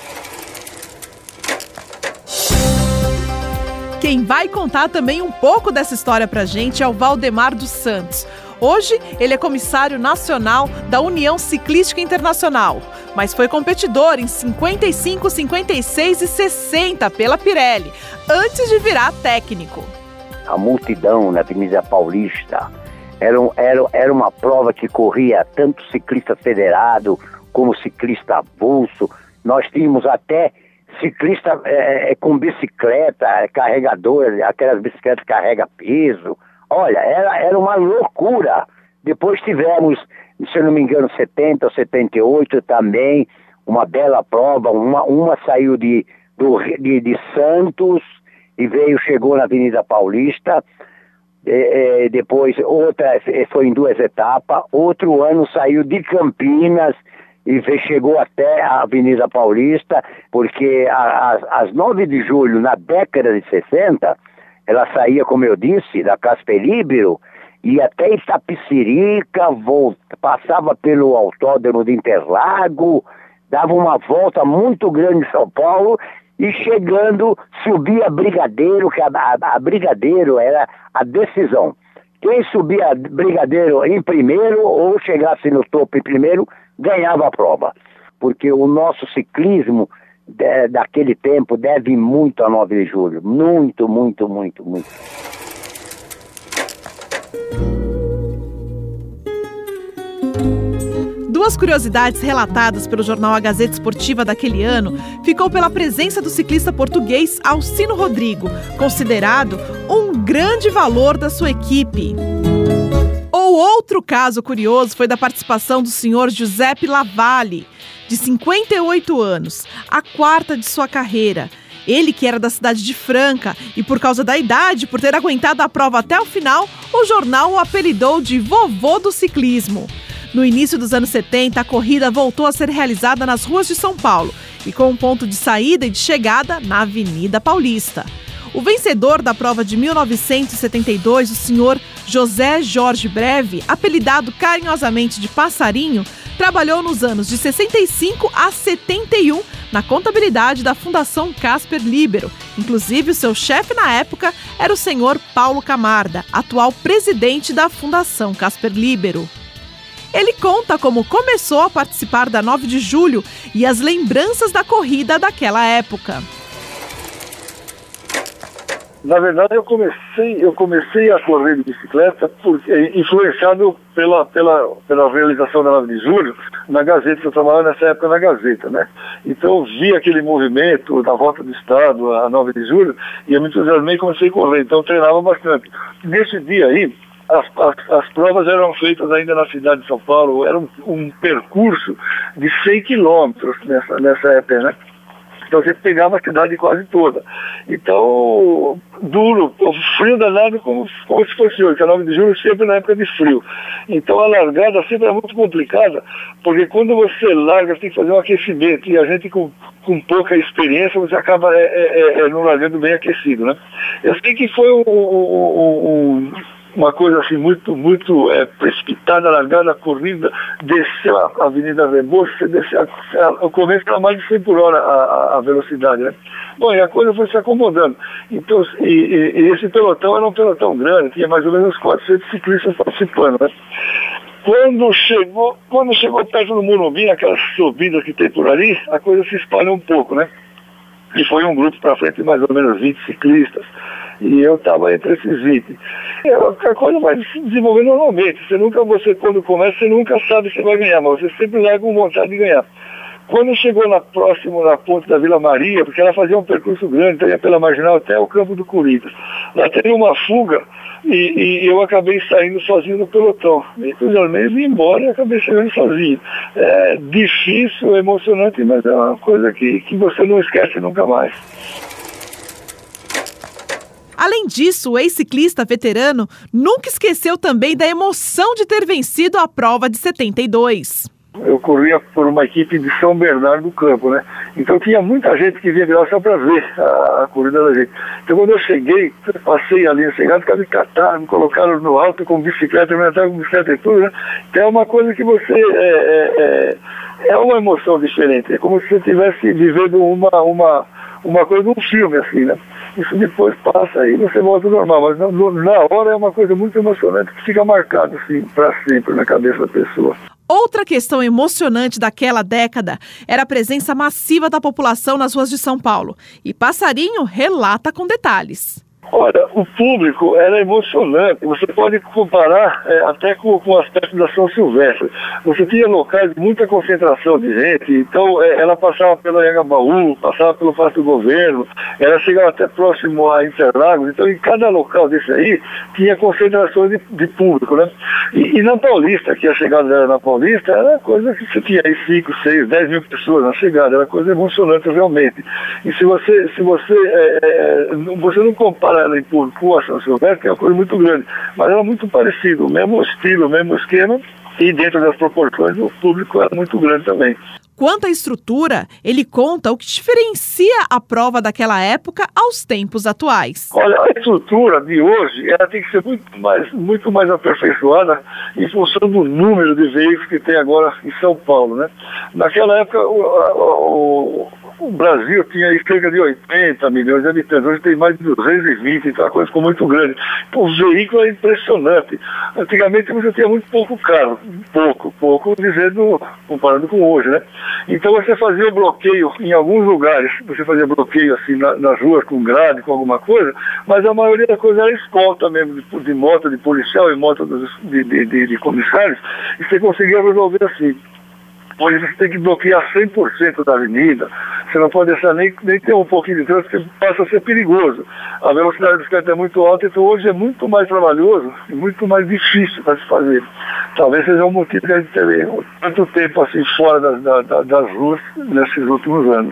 Quem vai contar também um pouco dessa história pra gente é o Valdemar dos Santos. Hoje, ele é comissário nacional da União Ciclística Internacional, mas foi competidor em cinquenta e cinco, cinquenta e seis e sessenta pela Pirelli, antes de virar técnico. A multidão na Avenida Paulista era, um, era, era uma prova que corria tanto ciclista federado como ciclista avulso. Nós tínhamos até ciclista é, com bicicleta, carregadora, aquelas bicicletas que carregam peso. Olha, era, era uma loucura. Depois tivemos, se eu não me engano, setenta ou setenta e oito também, uma bela prova. Uma, uma saiu de, do, de, de Santos e veio, chegou na Avenida Paulista. É, é, depois outra foi em duas etapas. Outro ano saiu de Campinas e veio, chegou até a Avenida Paulista, porque às nove de julho, na década de sessenta, ela saía, como eu disse, da Casper Libero, ia até Itapecerica, volta, passava pelo autódromo de Interlagos, dava uma volta muito grande em São Paulo, e chegando, subia Brigadeiro, que a, a, a Brigadeiro era a decisão. Quem subia Brigadeiro em primeiro, ou chegasse no topo em primeiro, ganhava a prova. Porque o nosso ciclismo De, daquele tempo deve muito a nove de julho, muito, muito, muito, muito. Duas curiosidades relatadas pelo jornal A Gazeta Esportiva daquele ano ficou pela presença do ciclista português Alcino Rodrigo, considerado um grande valor da sua equipe. O outro caso curioso foi da participação do senhor Giuseppe Lavalle, de cinquenta e oito anos, a quarta de sua carreira. Ele, que era da cidade de Franca, e por causa da idade, por ter aguentado a prova até o final, o jornal o apelidou de vovô do ciclismo. No início dos anos setenta, a corrida voltou a ser realizada nas ruas de São Paulo e com um ponto de saída e de chegada na Avenida Paulista. O vencedor da prova de mil novecentos e setenta e dois, o senhor José Jorge Breve, apelidado carinhosamente de Passarinho, trabalhou nos anos de sessenta e cinco a setenta e um na contabilidade da Fundação Casper Libero. Inclusive, o seu chefe na época era o senhor Paulo Camarda, atual presidente da Fundação Casper Libero. Ele conta como começou a participar da nove de julho e as lembranças da corrida daquela época. Na verdade, eu comecei, eu comecei a correr de bicicleta porque, influenciado pela, pela, pela realização da nove de julho na Gazeta, eu trabalhava nessa época na Gazeta, né? Então eu vi aquele movimento da Volta do Estado, a nove de julho, e eu me entusiasmei e comecei a correr, então eu treinava bastante. Nesse dia aí, as, as, as provas eram feitas ainda na cidade de São Paulo, era um, um percurso de cem quilômetros nessa, nessa época, né? Então você pegava a cidade quase toda. Então, duro, frio danado como, como se fosse hoje, que a nove de julho sempre na época de frio. Então a largada sempre é muito complicada, porque quando você larga, você tem que fazer um aquecimento, e a gente com, com pouca experiência, você acaba é, é, é, não largando bem aquecido, né? Eu sei que foi um... um, um uma coisa assim muito, muito é, precipitada, largada, a corrida, desceu a Avenida Rebouça, desceu, a, o começo era mais de cem por hora a, a velocidade, né? Bom, e a coisa foi se acomodando. Então, e, e, e esse pelotão era um pelotão grande, tinha mais ou menos quatrocentos ciclistas participando, né? Quando chegou, quando chegou perto do Morumbi, aquelas subidas que tem por ali, a coisa se espalhou um pouco, né? E foi um grupo para frente de mais ou menos vinte ciclistas. E eu estava entre esses vinte. É, a coisa vai se desenvolver normalmente. Você nunca, você quando começa, você nunca sabe se vai ganhar, mas você sempre larga com vontade de ganhar. Quando chegou na próxima, na ponte da Vila Maria, porque ela fazia um percurso grande, então ia pela Marginal até o campo do Corinthians, lá teve uma fuga e, e eu acabei saindo sozinho no pelotão. Então, eu nem vim embora e acabei chegando sozinho. É difícil, é emocionante, mas é uma coisa que, que você não esquece nunca mais. Além disso, o ex-ciclista veterano nunca esqueceu também da emoção de ter vencido a prova de setenta e dois. Eu corria por uma equipe de São Bernardo do Campo, né? Então tinha muita gente que vinha de lá só para ver a, a corrida da gente. Então quando eu cheguei, passei a linha chegada, me cataram, me colocaram no alto com bicicleta, me entraram com bicicleta e tudo, né? Então é uma coisa que você... É, é, é, é uma emoção diferente. É como se você estivesse vivendo uma, uma, uma coisa de um filme, assim, né? Isso depois passa e você volta ao normal. Mas na, na hora é uma coisa muito emocionante que fica marcado, assim, para sempre na cabeça da pessoa. Outra questão emocionante daquela década era a presença massiva da população nas ruas de São Paulo. E Passarinho relata com detalhes. Olha, o público era emocionante. Você pode comparar é, até com, com o aspecto da São Silvestre. Você tinha locais de muita concentração de gente, então é, ela passava pelo Anhangabaú, passava pelo Paço do Governo, ela chegava até próximo a Interlagos, então em cada local desse aí tinha concentrações de, de público, né? E, e na Paulista, que a chegada era na Paulista, era coisa que você tinha aí cinco, seis, dez mil pessoas na chegada, era coisa emocionante realmente. E se você, se você, é, é, você não compara ela em público com a São Silvestre, que é uma coisa muito grande, mas era muito parecido, o mesmo estilo, o mesmo esquema, e dentro das proporções o público era muito grande também. Quanto à estrutura, ele conta o que diferencia a prova daquela época aos tempos atuais. Olha, a estrutura de hoje ela tem que ser muito mais, muito mais aperfeiçoada em função do número de veículos que tem agora em São Paulo, né? Naquela época o, o, o Brasil tinha cerca de oitenta milhões de habitantes, hoje tem mais de duzentos e vinte, então a coisa ficou muito grande. Então, o veículo é impressionante. Antigamente você tinha muito pouco carro, pouco, pouco dizendo, comparando com hoje, né? Então você fazia o bloqueio em alguns lugares, você fazia bloqueio assim na, nas ruas com grade, com alguma coisa, mas a maioria da coisa era escolta mesmo, de, de moto de policial e moto de, de, de, de comissários, e você conseguia resolver assim. Hoje você tem que bloquear cem por cento da avenida, você não pode deixar nem, nem ter um pouquinho de trânsito, porque passa a ser perigoso. A velocidade da bicicleta é muito alta, então hoje é muito mais trabalhoso e muito mais difícil para se fazer. Talvez seja um motivo que a gente tenha tanto tempo assim fora das, das, das ruas nesses últimos anos.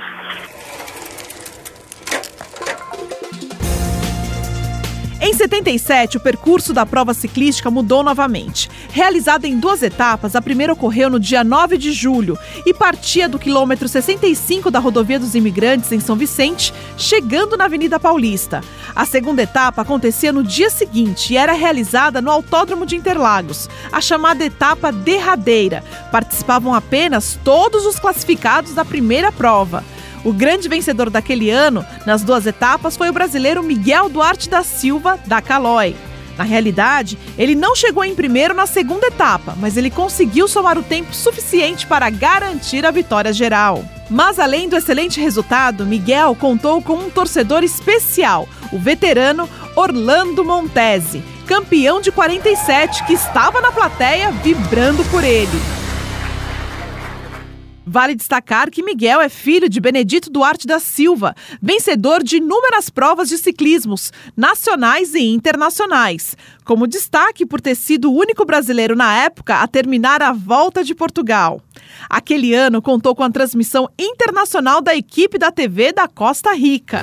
Em setenta e sete, o percurso da prova ciclística mudou novamente. Realizada em duas etapas, a primeira ocorreu no dia nove de julho e partia do quilômetro sessenta e cinco da Rodovia dos Imigrantes, em São Vicente, chegando na Avenida Paulista. A segunda etapa acontecia no dia seguinte e era realizada no Autódromo de Interlagos, a chamada etapa derradeira. Participavam apenas todos os classificados da primeira prova. O grande vencedor daquele ano, nas duas etapas, foi o brasileiro Miguel Duarte da Silva, da Caloi. Na realidade, ele não chegou em primeiro na segunda etapa, mas ele conseguiu somar o tempo suficiente para garantir a vitória geral. Mas além do excelente resultado, Miguel contou com um torcedor especial, o veterano Orlando Montesi, campeão de quarenta e sete, que estava na plateia vibrando por ele. Vale destacar que Miguel é filho de Benedito Duarte da Silva, vencedor de inúmeras provas de ciclismos, nacionais e internacionais, como destaque por ter sido o único brasileiro na época a terminar a Volta de Portugal. Aquele ano contou com a transmissão internacional da equipe da T V da Costa Rica.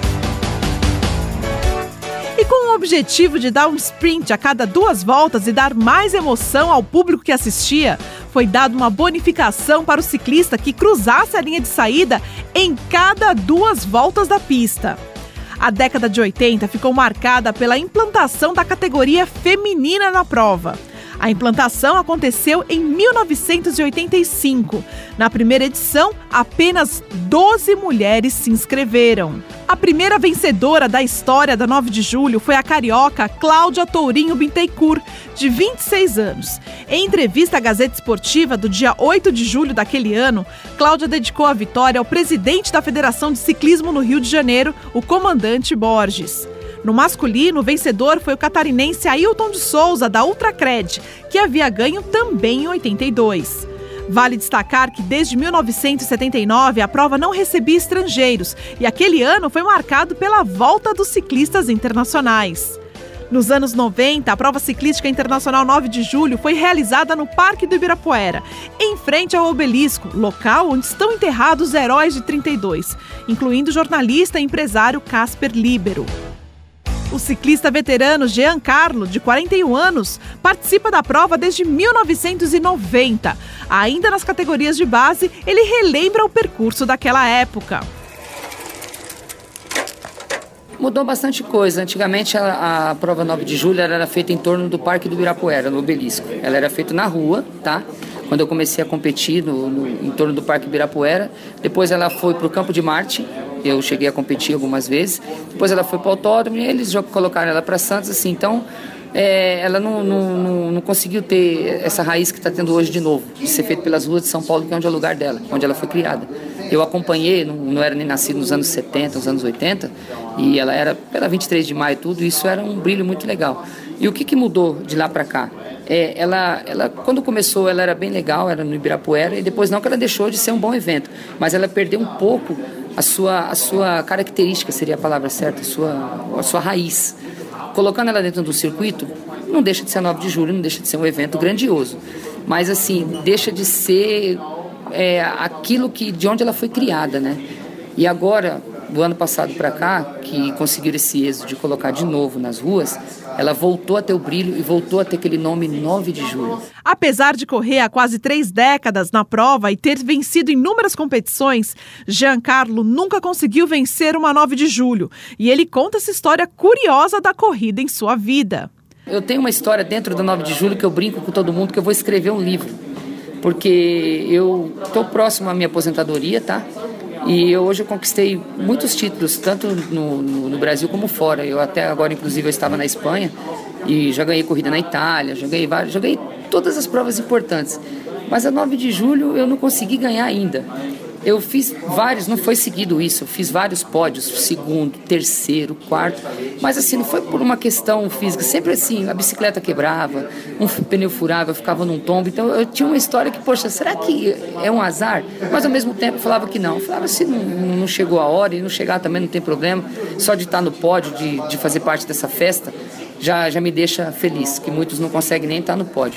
E com o objetivo de dar um sprint a cada duas voltas e dar mais emoção ao público que assistia, foi dada uma bonificação para o ciclista que cruzasse a linha de saída em cada duas voltas da pista. A década de oitenta ficou marcada pela implantação da categoria feminina na prova. A implantação aconteceu em mil novecentos e oitenta e cinco. Na primeira edição, apenas doze mulheres se inscreveram. A primeira vencedora da história da nove de julho foi a carioca Cláudia Tourinho Bittencourt, de vinte e seis anos. Em entrevista à Gazeta Esportiva do dia oito de julho daquele ano, Cláudia dedicou a vitória ao presidente da Federação de Ciclismo no Rio de Janeiro, o comandante Borges. No masculino, o vencedor foi o catarinense Ailton de Souza, da Ultracred, que havia ganho também em oitenta e dois. Vale destacar que desde mil novecentos e setenta e nove a prova não recebia estrangeiros e aquele ano foi marcado pela volta dos ciclistas internacionais. Nos anos noventa, a prova ciclística internacional nove de julho foi realizada no Parque do Ibirapuera, em frente ao Obelisco, local onde estão enterrados os heróis de trinta e dois, incluindo o jornalista e empresário Casper Libero. O ciclista veterano Giancarlo, de quarenta e um anos, participa da prova desde mil novecentos e noventa. Ainda nas categorias de base, ele relembra o percurso daquela época. Mudou bastante coisa. Antigamente a, a prova nove de julho era feita em torno do Parque do Ibirapuera, no Obelisco. Ela era feita na rua, tá? Quando eu comecei a competir no, no, em torno do Parque Ibirapuera. Depois ela foi para o Campo de Marte. Eu cheguei a competir algumas vezes. Depois ela foi para o autódromo e eles já colocaram ela para Santos, assim. Então, é, ela não, não, não, não conseguiu ter essa raiz que está tendo hoje de novo, de ser feita pelas ruas de São Paulo, que é onde é o lugar dela, onde ela foi criada. Eu acompanhei, não, não era nem nascido nos anos setenta, nos anos oitenta, e ela era pela vinte e três de maio, tudo isso era um brilho muito legal. E o que, que mudou de lá para cá? É, ela, ela, quando começou, ela era bem legal, era no Ibirapuera, e depois não que ela deixou de ser um bom evento, mas ela perdeu um pouco a sua, a sua característica, seria a palavra certa, a sua, a sua raiz. Colocando ela dentro do circuito, não deixa de ser nove de julho, não deixa de ser um evento grandioso, mas assim, deixa de ser é, aquilo que, de onde ela foi criada, né? E agora, do ano passado para cá, que conseguiram esse êxito de colocar de novo nas ruas, ela voltou a ter o brilho e voltou a ter aquele nome nove de julho. Apesar de correr há quase três décadas na prova e ter vencido inúmeras competições, Giancarlo nunca conseguiu vencer uma nove de julho. E ele conta essa história curiosa da corrida em sua vida. Eu tenho uma história dentro da nove de julho que eu brinco com todo mundo, que eu vou escrever um livro. Porque eu estou próximo à minha aposentadoria, tá? E eu, hoje eu conquistei muitos títulos, tanto no, no, no Brasil como fora. Eu até agora, inclusive, eu estava na Espanha e já ganhei corrida na Itália, já ganhei vários, já ganhei todas as provas importantes. Mas a nove de julho eu não consegui ganhar ainda. Eu fiz vários, não foi seguido isso, eu fiz vários pódios, segundo, terceiro, quarto, mas assim, não foi por uma questão física, sempre assim, a bicicleta quebrava, um pneu furava, eu ficava num tombo, então eu tinha uma história que, poxa, será que é um azar? Mas ao mesmo tempo eu falava que não, eu falava se não, não chegou a hora e não chegar também não tem problema, só de estar no pódio, de, de fazer parte dessa festa, já, já me deixa feliz, que muitos não conseguem nem estar no pódio.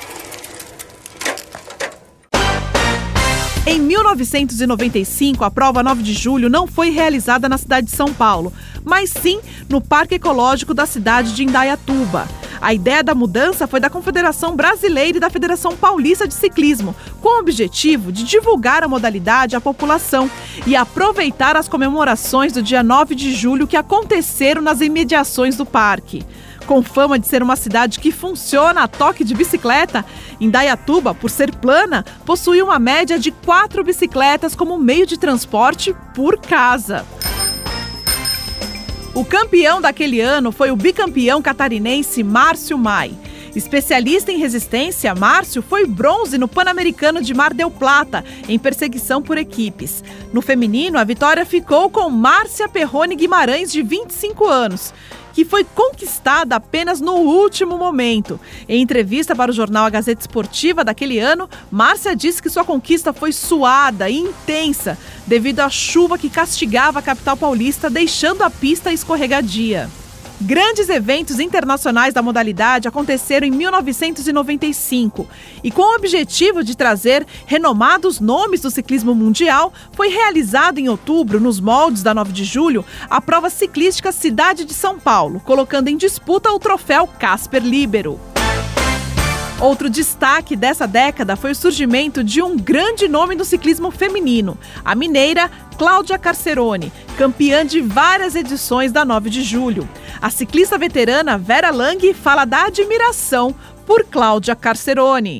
Em mil novecentos e noventa e cinco, a prova nove de julho não foi realizada na cidade de São Paulo, mas sim no Parque Ecológico da cidade de Indaiatuba. A ideia da mudança foi da Confederação Brasileira e da Federação Paulista de Ciclismo, com o objetivo de divulgar a modalidade à população e aproveitar as comemorações do dia nove de julho que aconteceram nas imediações do parque. Com fama de ser uma cidade que funciona a toque de bicicleta, Indaiatuba, por ser plana, possui uma média de quatro bicicletas como meio de transporte por casa. O campeão daquele ano foi o bicampeão catarinense Márcio Mai. Especialista em resistência, Márcio foi bronze no Pan-Americano de Mar del Plata, em perseguição por equipes. No feminino, a vitória ficou com Márcia Perrone Guimarães, de vinte e cinco anos, que foi conquistada apenas no último momento. Em entrevista para o jornal A Gazeta Esportiva daquele ano, Márcia disse que sua conquista foi suada e intensa, devido à chuva que castigava a capital paulista, deixando a pista escorregadia. Grandes eventos internacionais da modalidade aconteceram em mil novecentos e noventa e cinco e, com o objetivo de trazer renomados nomes do ciclismo mundial, foi realizado em outubro, nos moldes da nove de julho, a prova ciclística Cidade de São Paulo, colocando em disputa o troféu Casper Libero. Outro destaque dessa década foi o surgimento de um grande nome do ciclismo feminino, a mineira Cláudia Carcerone, campeã de várias edições da nove de julho. A ciclista veterana Vera Lang fala da admiração por Cláudia Carcerone.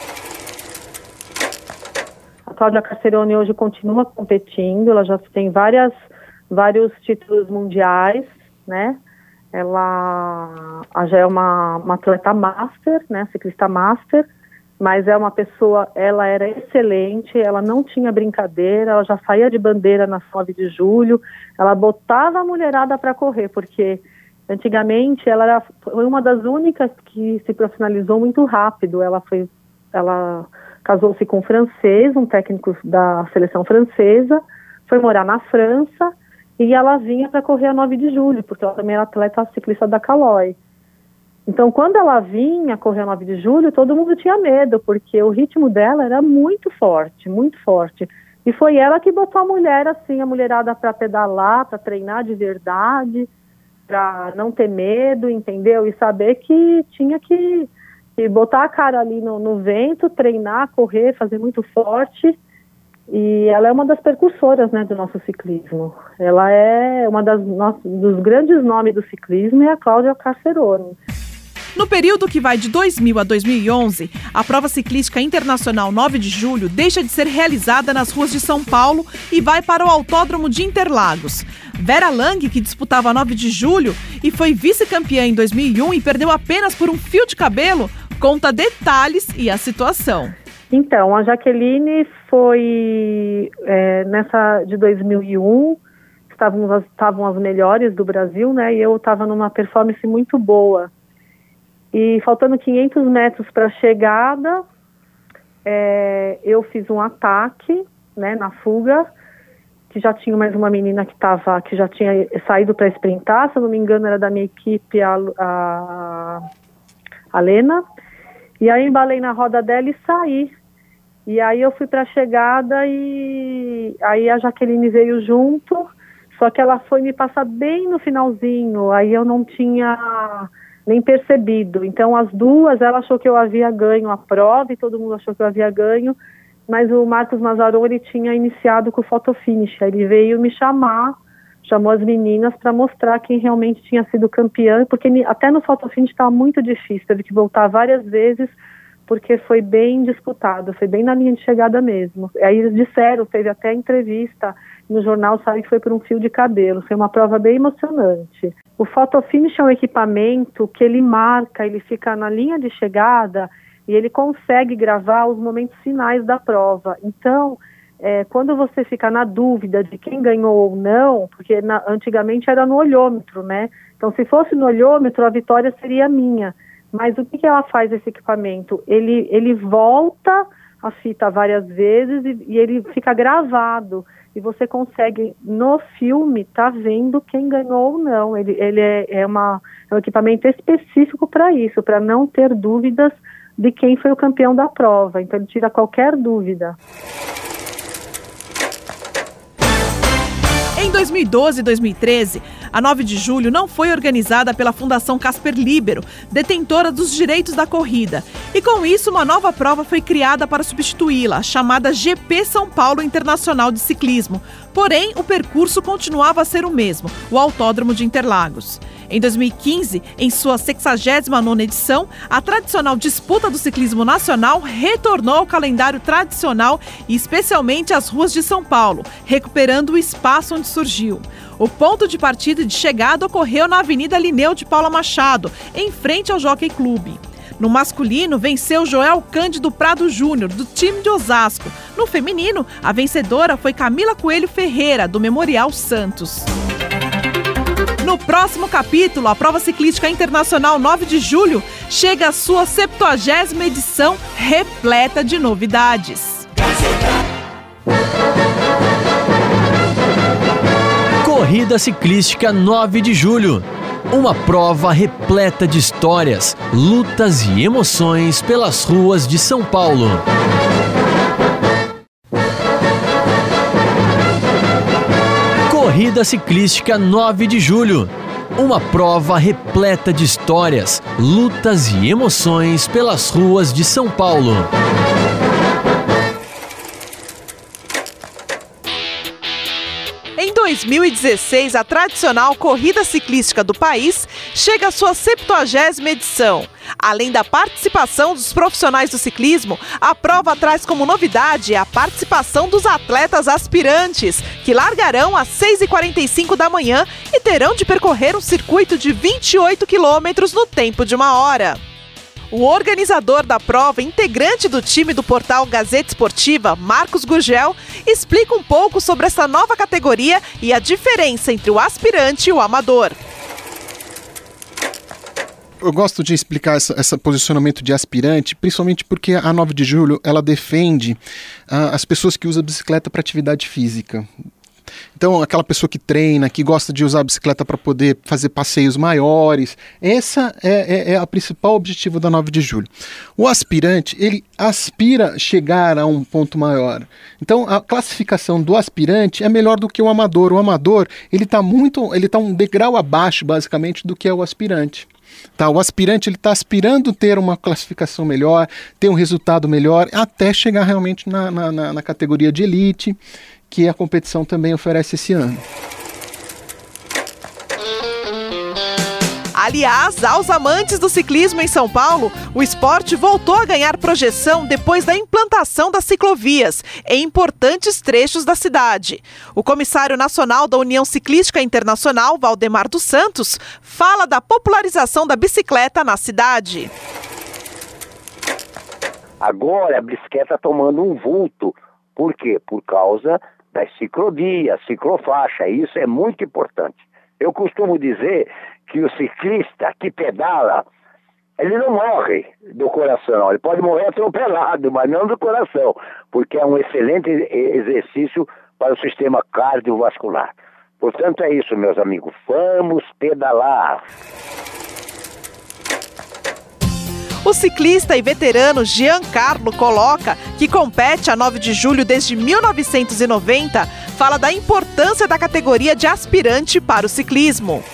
A Cláudia Carcerone hoje continua competindo, ela já tem várias, vários títulos mundiais, né? Ela já é uma, uma atleta master, né, ciclista master, mas é uma pessoa, ela era excelente, ela não tinha brincadeira, ela já saía de bandeira na nove de julho, ela botava a mulherada para correr, porque antigamente ela era, foi uma das únicas que se profissionalizou muito rápido, ela foi, ela casou-se com um francês, um técnico da seleção francesa, foi morar na França e ela vinha para correr a nove de julho, porque ela também era atleta ciclista da Caloi. Então, quando ela vinha correr a nove de julho, todo mundo tinha medo, porque o ritmo dela era muito forte, muito forte. E foi ela que botou a mulher, assim, a mulherada para pedalar, para treinar de verdade, para não ter medo, entendeu? E saber que tinha que, que botar a cara ali no, no vento, treinar, correr, fazer muito forte. E ela é uma das precursoras, né, do nosso ciclismo. Ela é uma das no, dos grandes nomes do ciclismo, é a Cláudia Carcerone. No período que vai de dois mil a dois mil e onze, a prova ciclística internacional nove de julho deixa de ser realizada nas ruas de São Paulo e vai para o Autódromo de Interlagos. Vera Lang, que disputava a nove de julho e foi vice-campeã em dois mil e um e perdeu apenas por um fio de cabelo, conta detalhes e a situação. Então, a Jaqueline foi é, nessa de dois mil e um, estavam as, estavam as melhores do Brasil, né? E eu estava numa performance muito boa. E faltando quinhentos metros para a chegada, é, eu fiz um ataque, né, na fuga, que já tinha mais uma menina que, tava, que já tinha saído para sprintar, se eu não me engano era da minha equipe, a, a, a Lena, e aí eu embalei na roda dela e saí. E aí eu fui para a chegada e aí a Jaqueline veio junto, só que ela foi me passar bem no finalzinho, aí eu não tinha nem percebido. Então as duas, ela achou que eu havia ganho a prova e todo mundo achou que eu havia ganho, mas o Marcos Mazzaron, ele tinha iniciado com o photofinish, ele veio me chamar, chamou as meninas para mostrar quem realmente tinha sido campeã, porque até no photofinish estava muito difícil, teve que voltar várias vezes, porque foi bem disputado, foi bem na linha de chegada mesmo. Aí eles disseram, teve até entrevista no jornal, sabe que foi por um fio de cabelo, foi uma prova bem emocionante. O photofinish é um equipamento que ele marca, ele fica na linha de chegada e ele consegue gravar os momentos finais da prova. Então, é, quando você fica na dúvida de quem ganhou ou não, porque na, antigamente era no olhômetro, né? Então, se fosse no olhômetro, a vitória seria minha. Mas o que, que ela faz, esse equipamento? Ele, ele volta a fita várias vezes e, e ele fica gravado. E você consegue, no filme, tá vendo quem ganhou ou não. Ele, ele é, é, uma, é um equipamento específico para isso, para não ter dúvidas de quem foi o campeão da prova. Então ele tira qualquer dúvida. Em dois mil e doze e dois mil e treze, a nove de julho não foi organizada pela Fundação Casper Libero, detentora dos direitos da corrida. E com isso, uma nova prova foi criada para substituí-la, chamada G P São Paulo Internacional de Ciclismo. Porém, o percurso continuava a ser o mesmo, o Autódromo de Interlagos. Em dois mil e quinze, em sua sexagésima nona edição, a tradicional disputa do ciclismo nacional retornou ao calendário tradicional e especialmente às ruas de São Paulo, recuperando o espaço onde surgiu. O ponto de partida e de chegada ocorreu na Avenida Linneu de Paula Machado, em frente ao Jockey Club. No masculino, venceu Joel Cândido Prado Júnior, do time de Osasco. No feminino, a vencedora foi Camila Coelho Ferreira, do Memorial Santos. No próximo capítulo, a prova ciclística internacional nove de julho chega à sua septuagésima edição, repleta de novidades. Corrida Ciclística nove de julho. Uma prova repleta de histórias, lutas e emoções pelas ruas de São Paulo. Corrida Ciclística nove de julho. Uma prova repleta de histórias, lutas e emoções pelas ruas de São Paulo. Em dois mil e dezesseis, a tradicional corrida ciclística do país chega à sua septuagésima edição. Além da participação dos profissionais do ciclismo, a prova traz como novidade a participação dos atletas aspirantes, que largarão às seis e quarenta e cinco da manhã e terão de percorrer um circuito de vinte e oito quilômetros no tempo de uma hora. O organizador da prova, integrante do time do portal Gazeta Esportiva, Marcos Gurgel, explica um pouco sobre essa nova categoria e a diferença entre o aspirante e o amador. eu gosto de explicar esse, esse posicionamento de aspirante, principalmente porque a nove de julho ela defende uh, as pessoas que usam a bicicleta para atividade física. Então, aquela pessoa que treina, que gosta de usar a bicicleta para poder fazer passeios maiores, essa é, é, é o principal objetivo da nove de julho. O aspirante, ele aspira chegar a um ponto maior. Então, a classificação do aspirante é melhor do que o amador. O amador, ele está muito, ele está um degrau abaixo, basicamente, do que é o aspirante. Tá, o aspirante ele está aspirando ter uma classificação melhor, ter um resultado melhor, até chegar realmente na, na, na, na categoria de elite, que a competição também oferece esse ano. Aliás, aos amantes do ciclismo em São Paulo, o esporte voltou a ganhar projeção depois da implantação das ciclovias em importantes trechos da cidade. O comissário nacional da União Ciclística Internacional, Valdemar dos Santos, fala da popularização da bicicleta na cidade. Agora a bicicleta está tomando um vulto. Por quê? Por causa das ciclovias, ciclofaixa. Isso é muito importante. Eu costumo dizer que o ciclista que pedala, ele não morre do coração. Ele pode morrer atropelado, mas não do coração, porque é um excelente exercício para o sistema cardiovascular. Portanto, é isso, meus amigos. Vamos pedalar. O ciclista e veterano Giancarlo Coloca, que compete a nove de julho desde mil novecentos e noventa, fala da importância da categoria de aspirante para o ciclismo.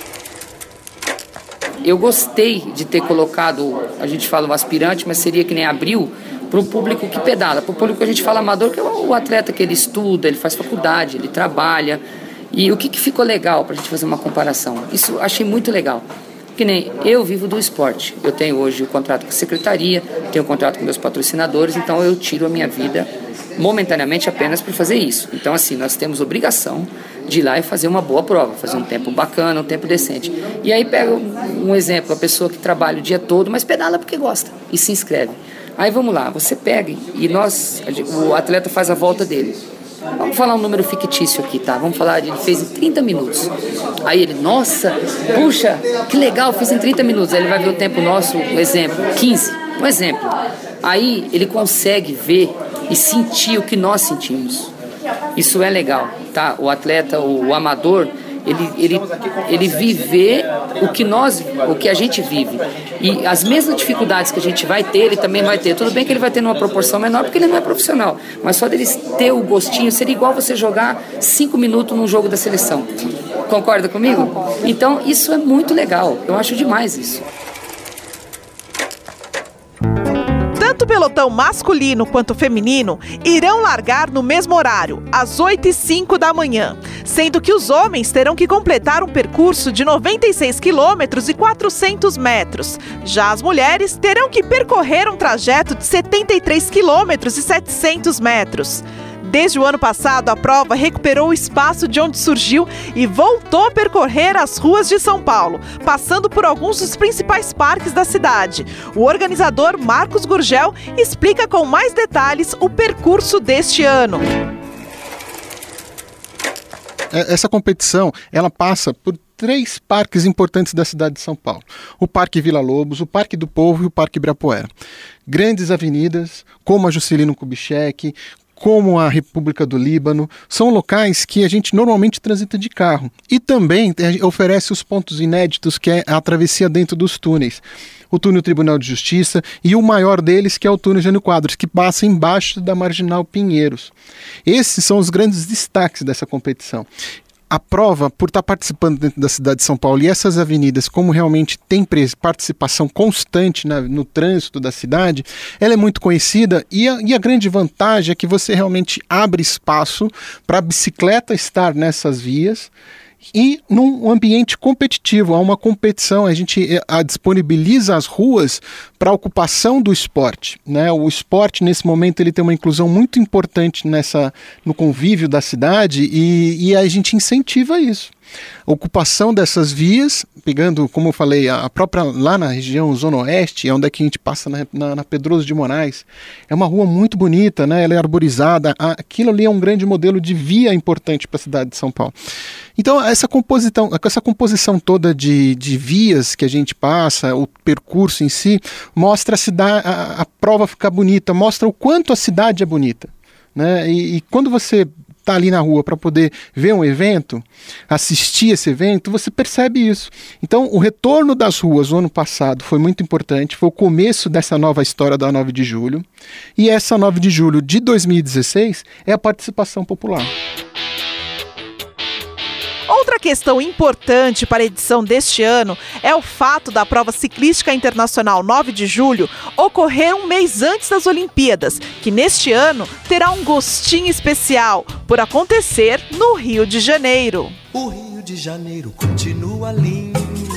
Eu gostei de ter colocado, a gente fala o aspirante, mas seria que nem abril, para o público que pedala. Para o público que a gente fala amador, que é o atleta que ele estuda, ele faz faculdade, ele trabalha. E o que, que ficou legal para a gente fazer uma comparação? Isso achei muito legal. Que nem eu vivo do esporte. Eu tenho hoje o contrato com a secretaria, tenho o contrato com meus patrocinadores, então eu tiro a minha vida momentaneamente apenas para fazer isso. Então, assim, nós temos obrigação de ir lá e fazer uma boa prova, fazer um tempo bacana, um tempo decente. E aí pega um exemplo, a pessoa que trabalha o dia todo, mas pedala porque gosta e se inscreve. Aí vamos lá, você pega e nós, o atleta faz a volta dele. Vamos falar um número fictício aqui, tá? Vamos falar, ele fez em trinta minutos. Aí ele, nossa, puxa, que legal, fez em trinta minutos. Aí ele vai ver o tempo nosso, um exemplo, quinze, um exemplo. Aí ele consegue ver e sentir o que nós sentimos. Isso é legal, tá? O atleta, o, o amador, ele, ele, ele viver o que nós, o que a gente vive. E as mesmas dificuldades que a gente vai ter, ele também vai ter. Tudo bem que ele vai ter numa proporção menor, porque ele não é profissional. Mas só dele ter o gostinho, seria igual você jogar cinco minutos num jogo da seleção. Concorda comigo? Então, isso é muito legal. Eu acho demais isso. Tanto o pelotão masculino quanto feminino irão largar no mesmo horário, às oito e cinco da manhã, sendo que os homens terão que completar um percurso de noventa e seis quilômetros e quatrocentos metros. Já as mulheres terão que percorrer um trajeto de setenta e três quilômetros e setecentos metros. Desde o ano passado, a prova recuperou o espaço de onde surgiu e voltou a percorrer as ruas de São Paulo, passando por alguns dos principais parques da cidade. O organizador Marcos Gurgel explica com mais detalhes o percurso deste ano. Essa competição, ela passa por três parques importantes da cidade de São Paulo. O Parque Vila Lobos, o Parque do Povo e o Parque Ibirapuera. Grandes avenidas, como a Juscelino Kubitschek, como a República do Líbano, são locais que a gente normalmente transita de carro. E também oferece os pontos inéditos, que é a travessia dentro dos túneis. O túnel Tribunal de Justiça e o maior deles, que é o túnel Jânio Quadros, que passa embaixo da Marginal Pinheiros. Esses são os grandes destaques dessa competição. A prova, por estar participando dentro da cidade de São Paulo, e essas avenidas, como realmente tem participação constante na, no trânsito da cidade, ela é muito conhecida, e a, e a grande vantagem é que você realmente abre espaço para a bicicleta estar nessas vias, e num ambiente competitivo, há uma competição, a gente a, disponibiliza as ruas para a ocupação do esporte, né? O esporte, nesse momento, ele tem uma inclusão muito importante nessa, no convívio da cidade e, e a gente incentiva isso. A ocupação dessas vias, pegando, como eu falei, a própria lá na região Zona Oeste, é onde é que a gente passa na, na, na Pedroso de Moraes, é uma rua muito bonita, né? Ela é arborizada, aquilo ali é um grande modelo de via importante para a cidade de São Paulo. Então, essa composição, essa composição toda de, de vias que a gente passa, o percurso em si, mostra a cidade, a, a prova ficar bonita, mostra o quanto a cidade é bonita, né? E, e quando você está ali na rua para poder ver um evento, assistir esse evento, você percebe isso. Então, o retorno das ruas no ano passado foi muito importante, foi o começo dessa nova história da nove de julho, e essa nove de julho de dois mil e dezesseis é a participação popular. Outra questão importante para a edição deste ano é o fato da prova ciclística internacional nove de julho ocorrer um mês antes das Olimpíadas, que neste ano terá um gostinho especial por acontecer no Rio de Janeiro. O Rio de Janeiro continua lindo.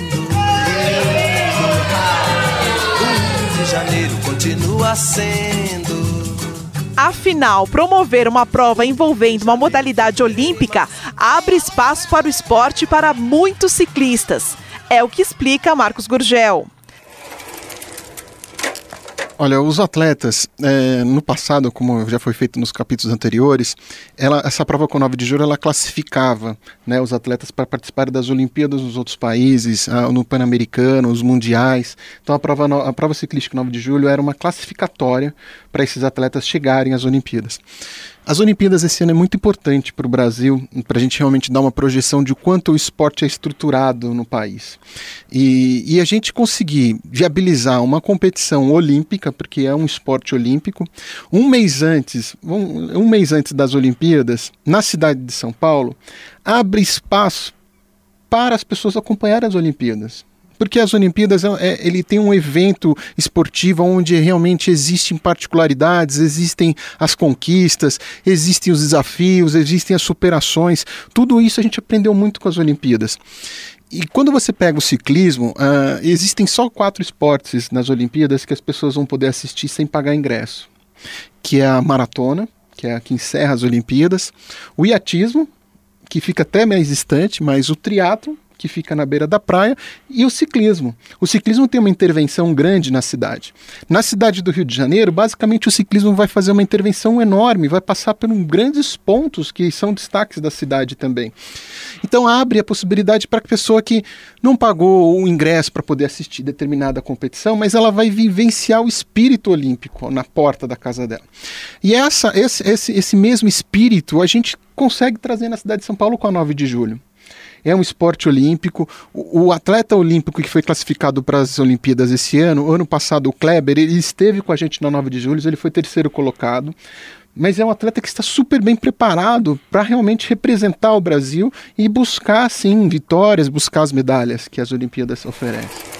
O Rio de Janeiro continua sendo. Afinal, promover uma prova envolvendo uma modalidade olímpica abre espaço para o esporte para muitos ciclistas. É o que explica Marcos Gurgel. Olha, os atletas, é, no passado, como já foi feito nos capítulos anteriores, ela, essa prova com nove de julho, ela classificava, né, os atletas para participar das Olimpíadas nos outros países, a, no Pan-Americano, os mundiais. Então a prova, a prova ciclística nove de julho era uma classificatória para esses atletas chegarem às Olimpíadas. As Olimpíadas esse ano é muito importante para o Brasil, para a gente realmente dar uma projeção de quanto o esporte é estruturado no país. E, e a gente conseguir viabilizar uma competição olímpica, porque é um esporte olímpico, um mês antes, um, um mês antes das Olimpíadas, na cidade de São Paulo, abre espaço para as pessoas acompanharem as Olimpíadas. Porque as Olimpíadas, é, ele tem um evento esportivo onde realmente existem particularidades, existem as conquistas, existem os desafios, existem as superações. Tudo isso a gente aprendeu muito com as Olimpíadas. E quando você pega o ciclismo, uh, existem só quatro esportes nas Olimpíadas que as pessoas vão poder assistir sem pagar ingresso. Que é a maratona, que é a que encerra as Olimpíadas, o iatismo, que fica até mais distante, mas o triatlo, que fica na beira da praia, e o ciclismo. O ciclismo tem uma intervenção grande na cidade. Na cidade do Rio de Janeiro, basicamente o ciclismo vai fazer uma intervenção enorme, vai passar por um grandes pontos que são destaques da cidade também. Então abre a possibilidade para a pessoa que não pagou o ingresso para poder assistir determinada competição, mas ela vai vivenciar o espírito olímpico na porta da casa dela. E essa, esse, esse, esse mesmo espírito a gente consegue trazer na cidade de São Paulo com a nove de julho. É um esporte olímpico. O, o atleta olímpico que foi classificado para as Olimpíadas esse ano, ano passado o Kleber, ele esteve com a gente na nove de julho, ele foi terceiro colocado, mas é um atleta que está super bem preparado para realmente representar o Brasil e buscar, sim, vitórias, buscar as medalhas que as Olimpíadas oferecem.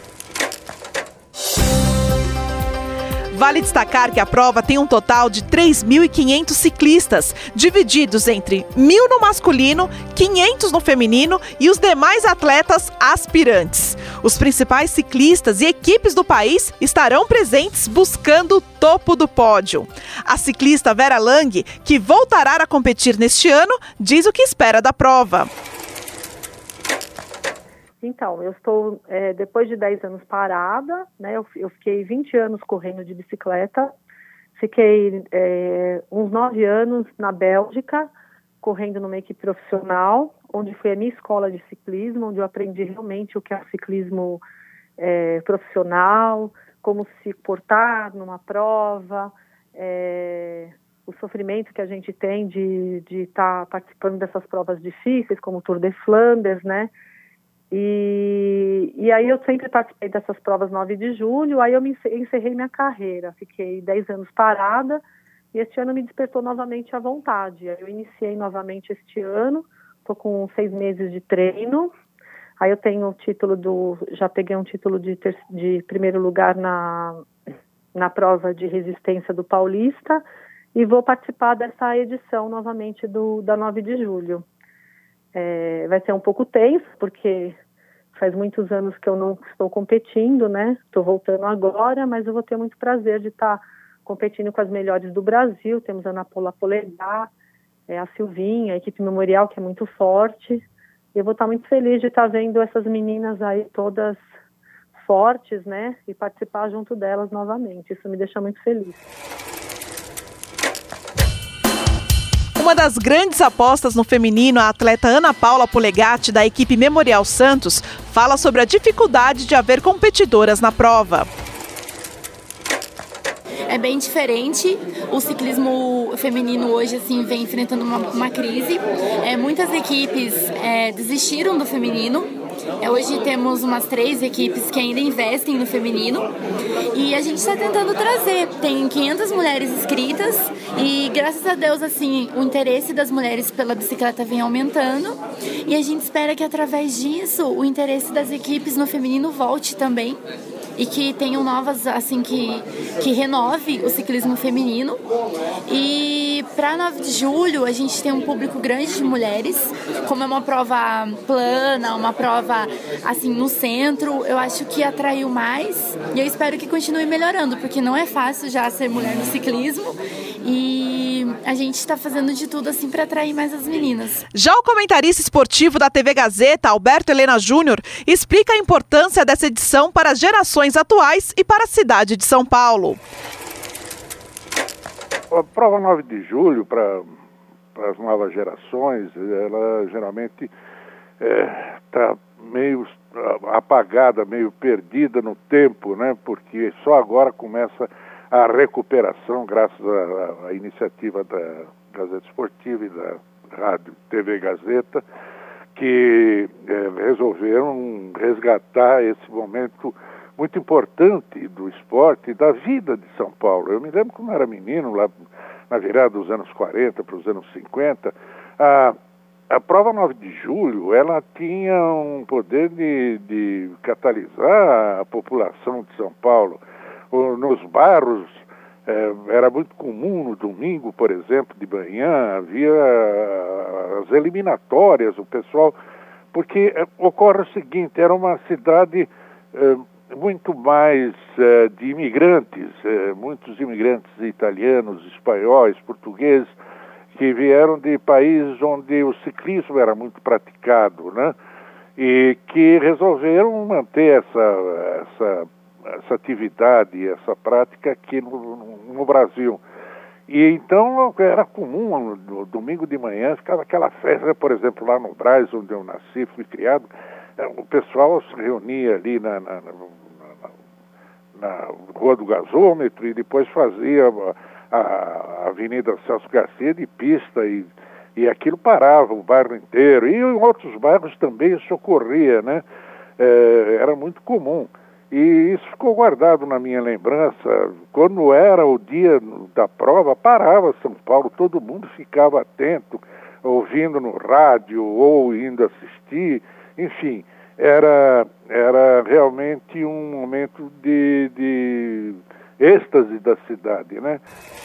Vale destacar que a prova tem um total de três mil e quinhentos ciclistas, divididos entre mil no masculino, quinhentos no feminino e os demais atletas aspirantes. Os principais ciclistas e equipes do país estarão presentes buscando o topo do pódio. A ciclista Vera Lang, que voltará a competir neste ano, diz o que espera da prova. Então, eu estou, é, depois de dez anos parada, né, eu, eu fiquei vinte anos correndo de bicicleta, fiquei é, uns nove anos na Bélgica, correndo numa equipe profissional, onde foi a minha escola de ciclismo, onde eu aprendi realmente o que é o ciclismo é, profissional, como se portar numa prova, é, o sofrimento que a gente tem de de estar participando dessas provas difíceis, como o Tour de Flandres, né? E, e aí eu sempre participei dessas provas nove de julho, aí eu me encerrei minha carreira, fiquei dez anos parada e este ano me despertou novamente a vontade. Aí eu iniciei novamente este ano, estou com seis meses de treino, aí eu tenho o título do, já peguei um título de, ter, de primeiro lugar na, na prova de resistência do Paulista e vou participar dessa edição novamente do, da nove de julho. É, vai ser um pouco tenso, porque Faz muitos anos que eu não estou competindo, né? Estou voltando agora, mas eu vou ter muito prazer de estar competindo com as melhores do Brasil. Temos a Ana Paula Polegar, é, a Silvinha, a equipe memorial, que é muito forte. Eu vou estar muito feliz de estar vendo essas meninas aí todas fortes, né? E participar junto delas novamente. Isso me deixa muito feliz. Uma das grandes apostas no feminino, a atleta Ana Paula Polegatti, da equipe Memorial Santos, fala sobre a dificuldade de haver competidoras na prova. É bem diferente, o ciclismo feminino hoje assim, vem enfrentando uma, uma crise. É, muitas equipes é, desistiram do feminino. É, hoje temos umas três equipes que ainda investem no feminino e a gente está tentando trazer. Tem quinhentas mulheres inscritas e graças a Deus assim, o interesse das mulheres pela bicicleta vem aumentando e a gente espera que através disso o interesse das equipes no feminino volte também e que tenham novas, assim, que, que renove o ciclismo feminino. E para nove de julho a gente tem um público grande de mulheres, como é uma prova plana, uma prova assim no centro, eu acho que atraiu mais e eu espero que continue melhorando, porque não é fácil já ser mulher no ciclismo e a gente está fazendo de tudo assim para atrair mais as meninas. Já o comentarista esportivo da T V Gazeta, Alberto Helena Júnior, explica a importância dessa edição para as gerações atuais e para a cidade de São Paulo. A prova nove de julho, para as novas gerações, ela geralmente está é, meio apagada, meio perdida no tempo, né? Porque só agora começa a recuperação, graças à, à iniciativa da Gazeta Esportiva e da Rádio T V Gazeta, que é, resolveram resgatar esse momento muito importante do esporte e da vida de São Paulo. Eu me lembro quando eu era menino, lá na virada dos anos quarenta para os anos cinquenta, a, a prova nove de julho, ela tinha um poder de, de catalisar a população de São Paulo. O, nos bairros, é, era muito comum no domingo, por exemplo, de manhã, havia as eliminatórias, o pessoal, porque é, ocorre o seguinte, era uma cidade é, muito mais é, de imigrantes, é, muitos imigrantes italianos, espanhóis, portugueses, que vieram de países onde o ciclismo era muito praticado, né? E que resolveram manter essa, essa, essa atividade, essa prática aqui no, no Brasil. E então era comum, no domingo de manhã, ficava aquela festa, por exemplo, lá no Brás, onde eu nasci, fui criado, o pessoal se reunia ali na, na, na, na Rua do Gasômetro e depois fazia a, a Avenida Celso Garcia de pista e, e aquilo parava o bairro inteiro. E em outros bairros também isso ocorria, né? É, era muito comum. E isso ficou guardado na minha lembrança. Quando era o dia da prova, parava São Paulo, todo mundo ficava atento, ouvindo no rádio ou indo assistir, enfim. Era, era realmente um momento de, de êxtase da cidade, né?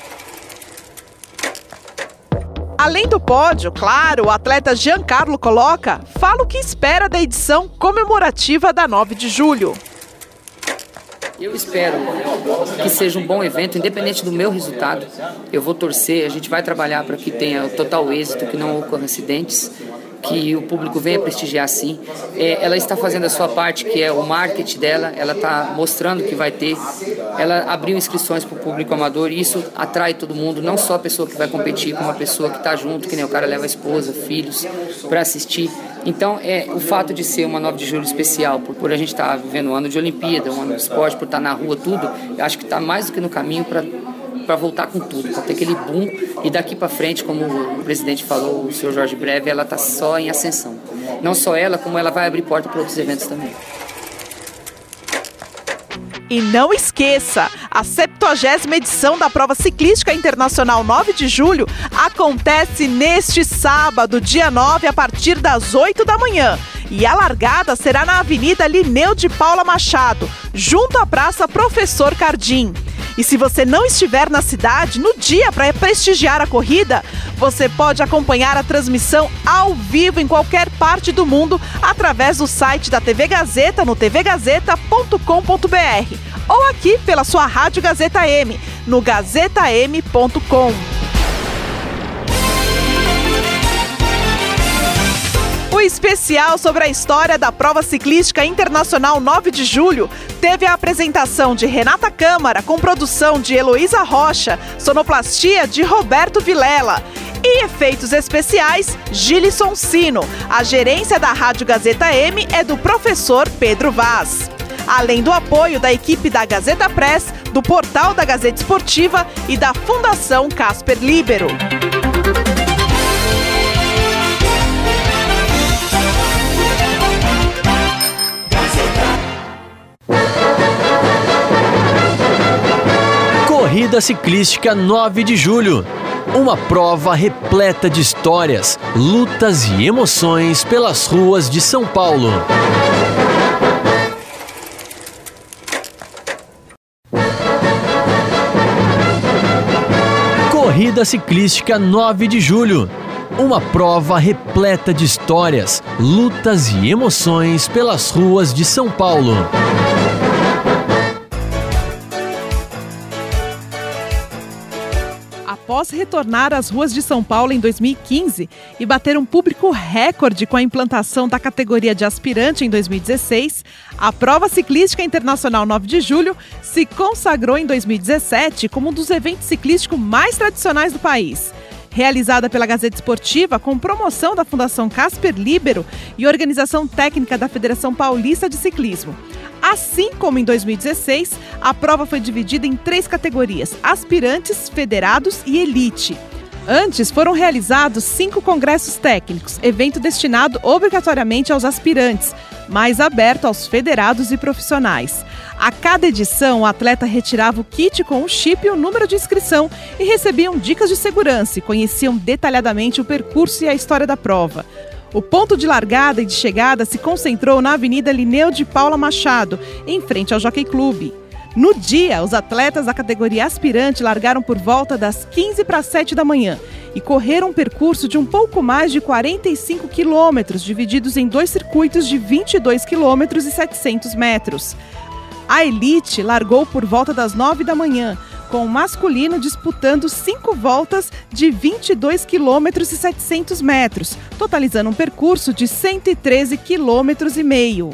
Além do pódio, claro, o atleta Giancarlo Coloca fala o que espera da edição comemorativa da nove de julho. Eu espero que seja um bom evento, independente do meu resultado. Eu vou torcer, a gente vai trabalhar para que tenha total êxito, que não ocorram acidentes, que o público venha prestigiar sim. É, ela está fazendo a sua parte, que é o marketing dela, ela está mostrando que vai ter. Ela abriu inscrições para o público amador e isso atrai todo mundo, não só a pessoa que vai competir, como a pessoa que está junto, que nem o cara leva a esposa, filhos, para assistir. Então, é, o fato de ser uma nove de julho especial, por, por a gente estar tá vivendo um ano de Olimpíada, um ano de esporte, por estar tá na rua, tudo, eu acho que está mais do que no caminho para para voltar com tudo, para ter aquele boom e daqui para frente, como o presidente falou, o senhor Jorge Breve, ela está só em ascensão. Não só ela, como ela vai abrir porta para outros eventos também. E não esqueça, a septuagésima edição da Prova Ciclística Internacional nove de julho acontece neste sábado, dia nove, a partir das oito da manhã. E a largada será na Avenida Linneu de Paula Machado, junto à Praça Professor Cardim. E se você não estiver na cidade no dia para prestigiar a corrida, você pode acompanhar a transmissão ao vivo em qualquer parte do mundo através do site da T V Gazeta no t v gazeta ponto com ponto b r ou aqui pela sua Rádio Gazeta M, no gazeta m ponto com. O especial sobre a história da Prova Ciclística Internacional nove de julho teve a apresentação de Renata Câmara, com produção de Heloísa Rocha, sonoplastia de Roberto Vilela e efeitos especiais Gilson Sino. A gerência da Rádio Gazeta M é do professor Pedro Vaz. Além do apoio da equipe da Gazeta Press, do Portal da Gazeta Esportiva e da Fundação Casper Libero. Corrida Ciclística nove de julho. Uma prova repleta de histórias, lutas e emoções pelas ruas de São Paulo. Corrida Ciclística nove de julho. Uma prova repleta de histórias, lutas e emoções pelas ruas de São Paulo. Após retornar às ruas de São Paulo em dois mil e quinze e bater um público recorde com a implantação da categoria de aspirante em dois mil e dezesseis, a Prova Ciclística Internacional nove de julho se consagrou em dois mil e dezessete como um dos eventos ciclísticos mais tradicionais do país. Realizada pela Gazeta Esportiva, com promoção da Fundação Casper Libero e organização técnica da Federação Paulista de Ciclismo. Assim como em dois mil e dezesseis, a prova foi dividida em três categorias: aspirantes, federados e elite. Antes foram realizados cinco congressos técnicos, evento destinado obrigatoriamente aos aspirantes, mas aberto aos federados e profissionais. A cada edição, o atleta retirava o kit com o chip e o número de inscrição e recebiam dicas de segurança e conheciam detalhadamente o percurso e a história da prova. O ponto de largada e de chegada se concentrou na Avenida Linneu de Paula Machado, em frente ao Jockey Club. No dia, os atletas da categoria aspirante largaram por volta das quinze para as sete da manhã e correram um percurso de um pouco mais de quarenta e cinco quilômetros, divididos em dois circuitos de vinte e dois quilômetros e setecentos metros. A elite largou por volta das nove da manhã, com o masculino disputando cinco voltas de vinte e dois quilômetros e setecentos metros, totalizando um percurso de cento e treze quilômetros e meio.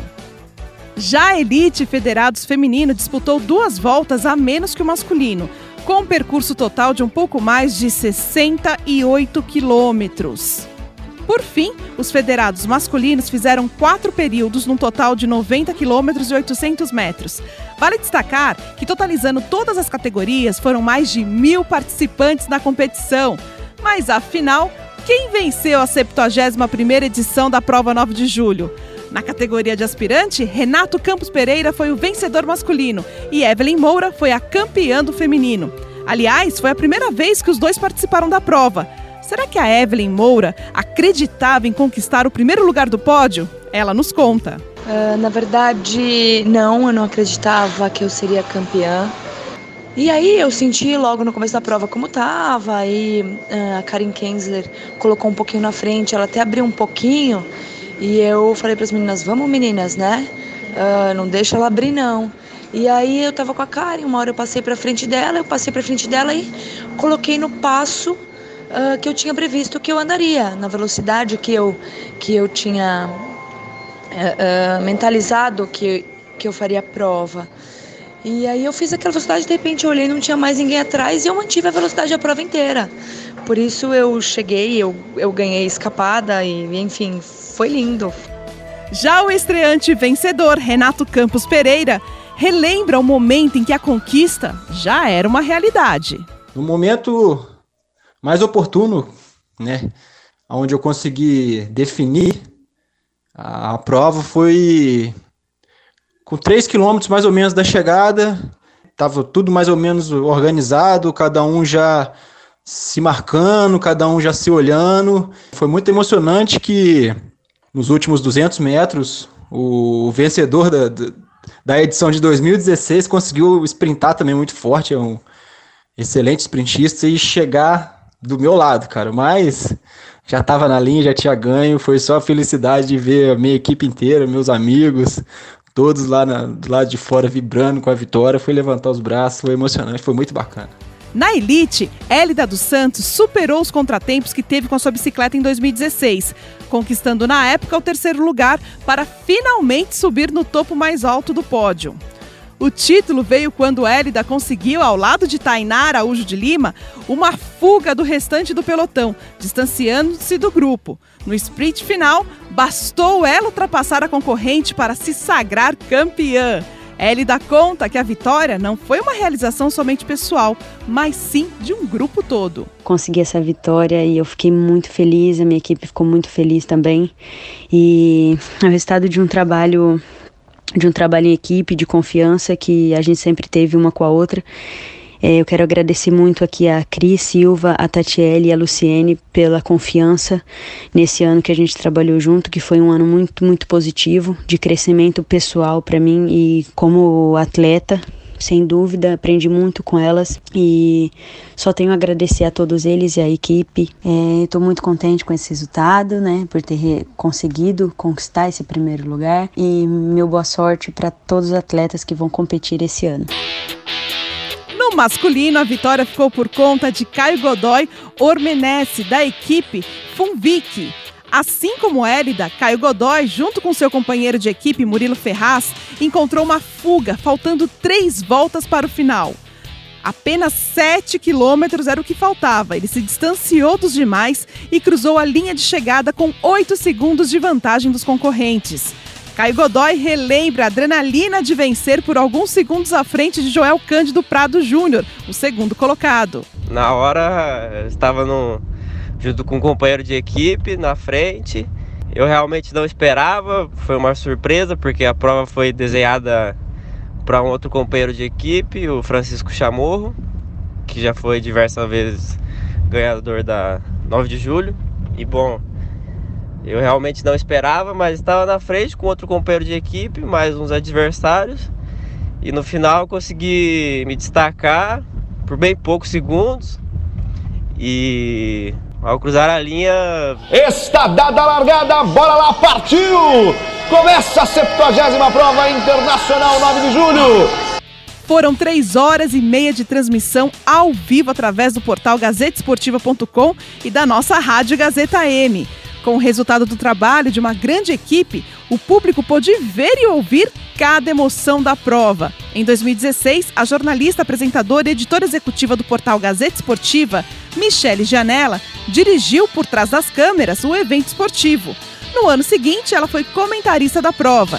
Já a elite federados feminino disputou duas voltas a menos que o masculino, com um percurso total de um pouco mais de sessenta e oito quilômetros. Por fim, os federados masculinos fizeram quatro períodos num total de noventa quilômetros e oitocentos metros. Vale destacar que, totalizando todas as categorias, foram mais de mil participantes na competição. Mas, afinal, quem venceu a septuagésima primeira edição da Prova nove de julho? Na categoria de aspirante, Renato Campos Pereira foi o vencedor masculino e Evelyn Moura foi a campeã do feminino. Aliás, foi a primeira vez que os dois participaram da prova. Será que a Evelyn Moura acreditava em conquistar o primeiro lugar do pódio? Ela nos conta. Uh, na verdade, não, eu não acreditava que eu seria campeã. E aí eu senti logo no começo da prova como estava, aí uh, a Karin Kensler colocou um pouquinho na frente, ela até abriu um pouquinho, e eu falei para as meninas, vamos meninas, né? Uh, não deixa ela abrir não. E aí eu tava com a Karen, uma hora eu passei para frente dela, eu passei para frente dela e coloquei no passo Uh, que eu tinha previsto que eu andaria, na velocidade que eu, que eu tinha uh, uh, mentalizado que, que eu faria a prova. E aí eu fiz aquela velocidade, de repente eu olhei, não tinha mais ninguém atrás e eu mantive a velocidade a prova inteira. Por isso eu cheguei, eu, eu ganhei escapada e enfim, foi lindo. Já o estreante vencedor, Renato Campos Pereira, relembra o momento em que a conquista já era uma realidade. No momento mais oportuno, né, onde eu consegui definir a, a prova, foi com três quilômetros mais ou menos da chegada, estava tudo mais ou menos organizado, cada um já se marcando, cada um já se olhando. Foi muito emocionante que nos últimos duzentos metros, o vencedor da, da edição de dois mil e dezesseis, conseguiu sprintar também muito forte, é um excelente sprintista, e chegar do meu lado, cara, mas já estava na linha, já tinha ganho, foi só a felicidade de ver a minha equipe inteira, meus amigos, todos lá na, do lado de fora vibrando com a vitória, foi levantar os braços, foi emocionante, foi muito bacana. Na Elite, Hélida dos Santos superou os contratempos que teve com a sua bicicleta em dois mil e dezesseis, conquistando na época o terceiro lugar para finalmente subir no topo mais alto do pódio. O título veio quando Hélida conseguiu, ao lado de Tainá Araújo de Lima, uma fuga do restante do pelotão, distanciando-se do grupo. No sprint final, bastou ela ultrapassar a concorrente para se sagrar campeã. Hélida conta que a vitória não foi uma realização somente pessoal, mas sim de um grupo todo. Consegui essa vitória e eu fiquei muito feliz, a minha equipe ficou muito feliz também. E é o resultado de um trabalho, de um trabalho em equipe, de confiança que a gente sempre teve uma com a outra. Eu quero agradecer muito aqui a Cris Silva, a Tatiele e a Luciene pela confiança nesse ano que a gente trabalhou junto, que foi um ano muito, muito positivo, de crescimento pessoal para mim e como atleta, sem dúvida, aprendi muito com elas e só tenho a agradecer a todos eles e a equipe. Estou é, muito contente com esse resultado, né, por ter conseguido conquistar esse primeiro lugar e meu boa sorte para todos os atletas que vão competir esse ano. No masculino, a vitória ficou por conta de Caio Godoy Ormenesse, da equipe Funvic. Assim como Hélida, Caio Godoy, junto com seu companheiro de equipe Murilo Ferraz, encontrou uma fuga, faltando três voltas para o final. Apenas sete quilômetros era o que faltava. Ele se distanciou dos demais e cruzou a linha de chegada com oito segundos de vantagem dos concorrentes. Caio Godoy relembra a adrenalina de vencer por alguns segundos à frente de Joel Cândido Prado Júnior, o segundo colocado. Na hora, estava no, junto com um companheiro de equipe na frente. Eu realmente não esperava, foi uma surpresa, porque a prova foi desenhada para um outro companheiro de equipe, o Francisco Chamorro, que já foi diversas vezes ganhador da nove de julho. E bom, eu realmente não esperava, mas estava na frente com outro companheiro de equipe, mais uns adversários. E no final consegui me destacar por bem poucos segundos. E ao cruzar a linha... Está dada a largada, a bola lá, partiu! Começa a septuagésima prova internacional nove de julho. Foram três horas e meia de transmissão ao vivo através do portal gazeta esportiva ponto com e da nossa rádio Gazeta M. Com o resultado do trabalho de uma grande equipe, o público pôde ver e ouvir cada emoção da prova. Em dois mil e dezesseis, a jornalista, apresentadora e editora executiva do portal Gazeta Esportiva, Michele Gianella, dirigiu por trás das câmeras o evento esportivo. No ano seguinte, ela foi comentarista da prova.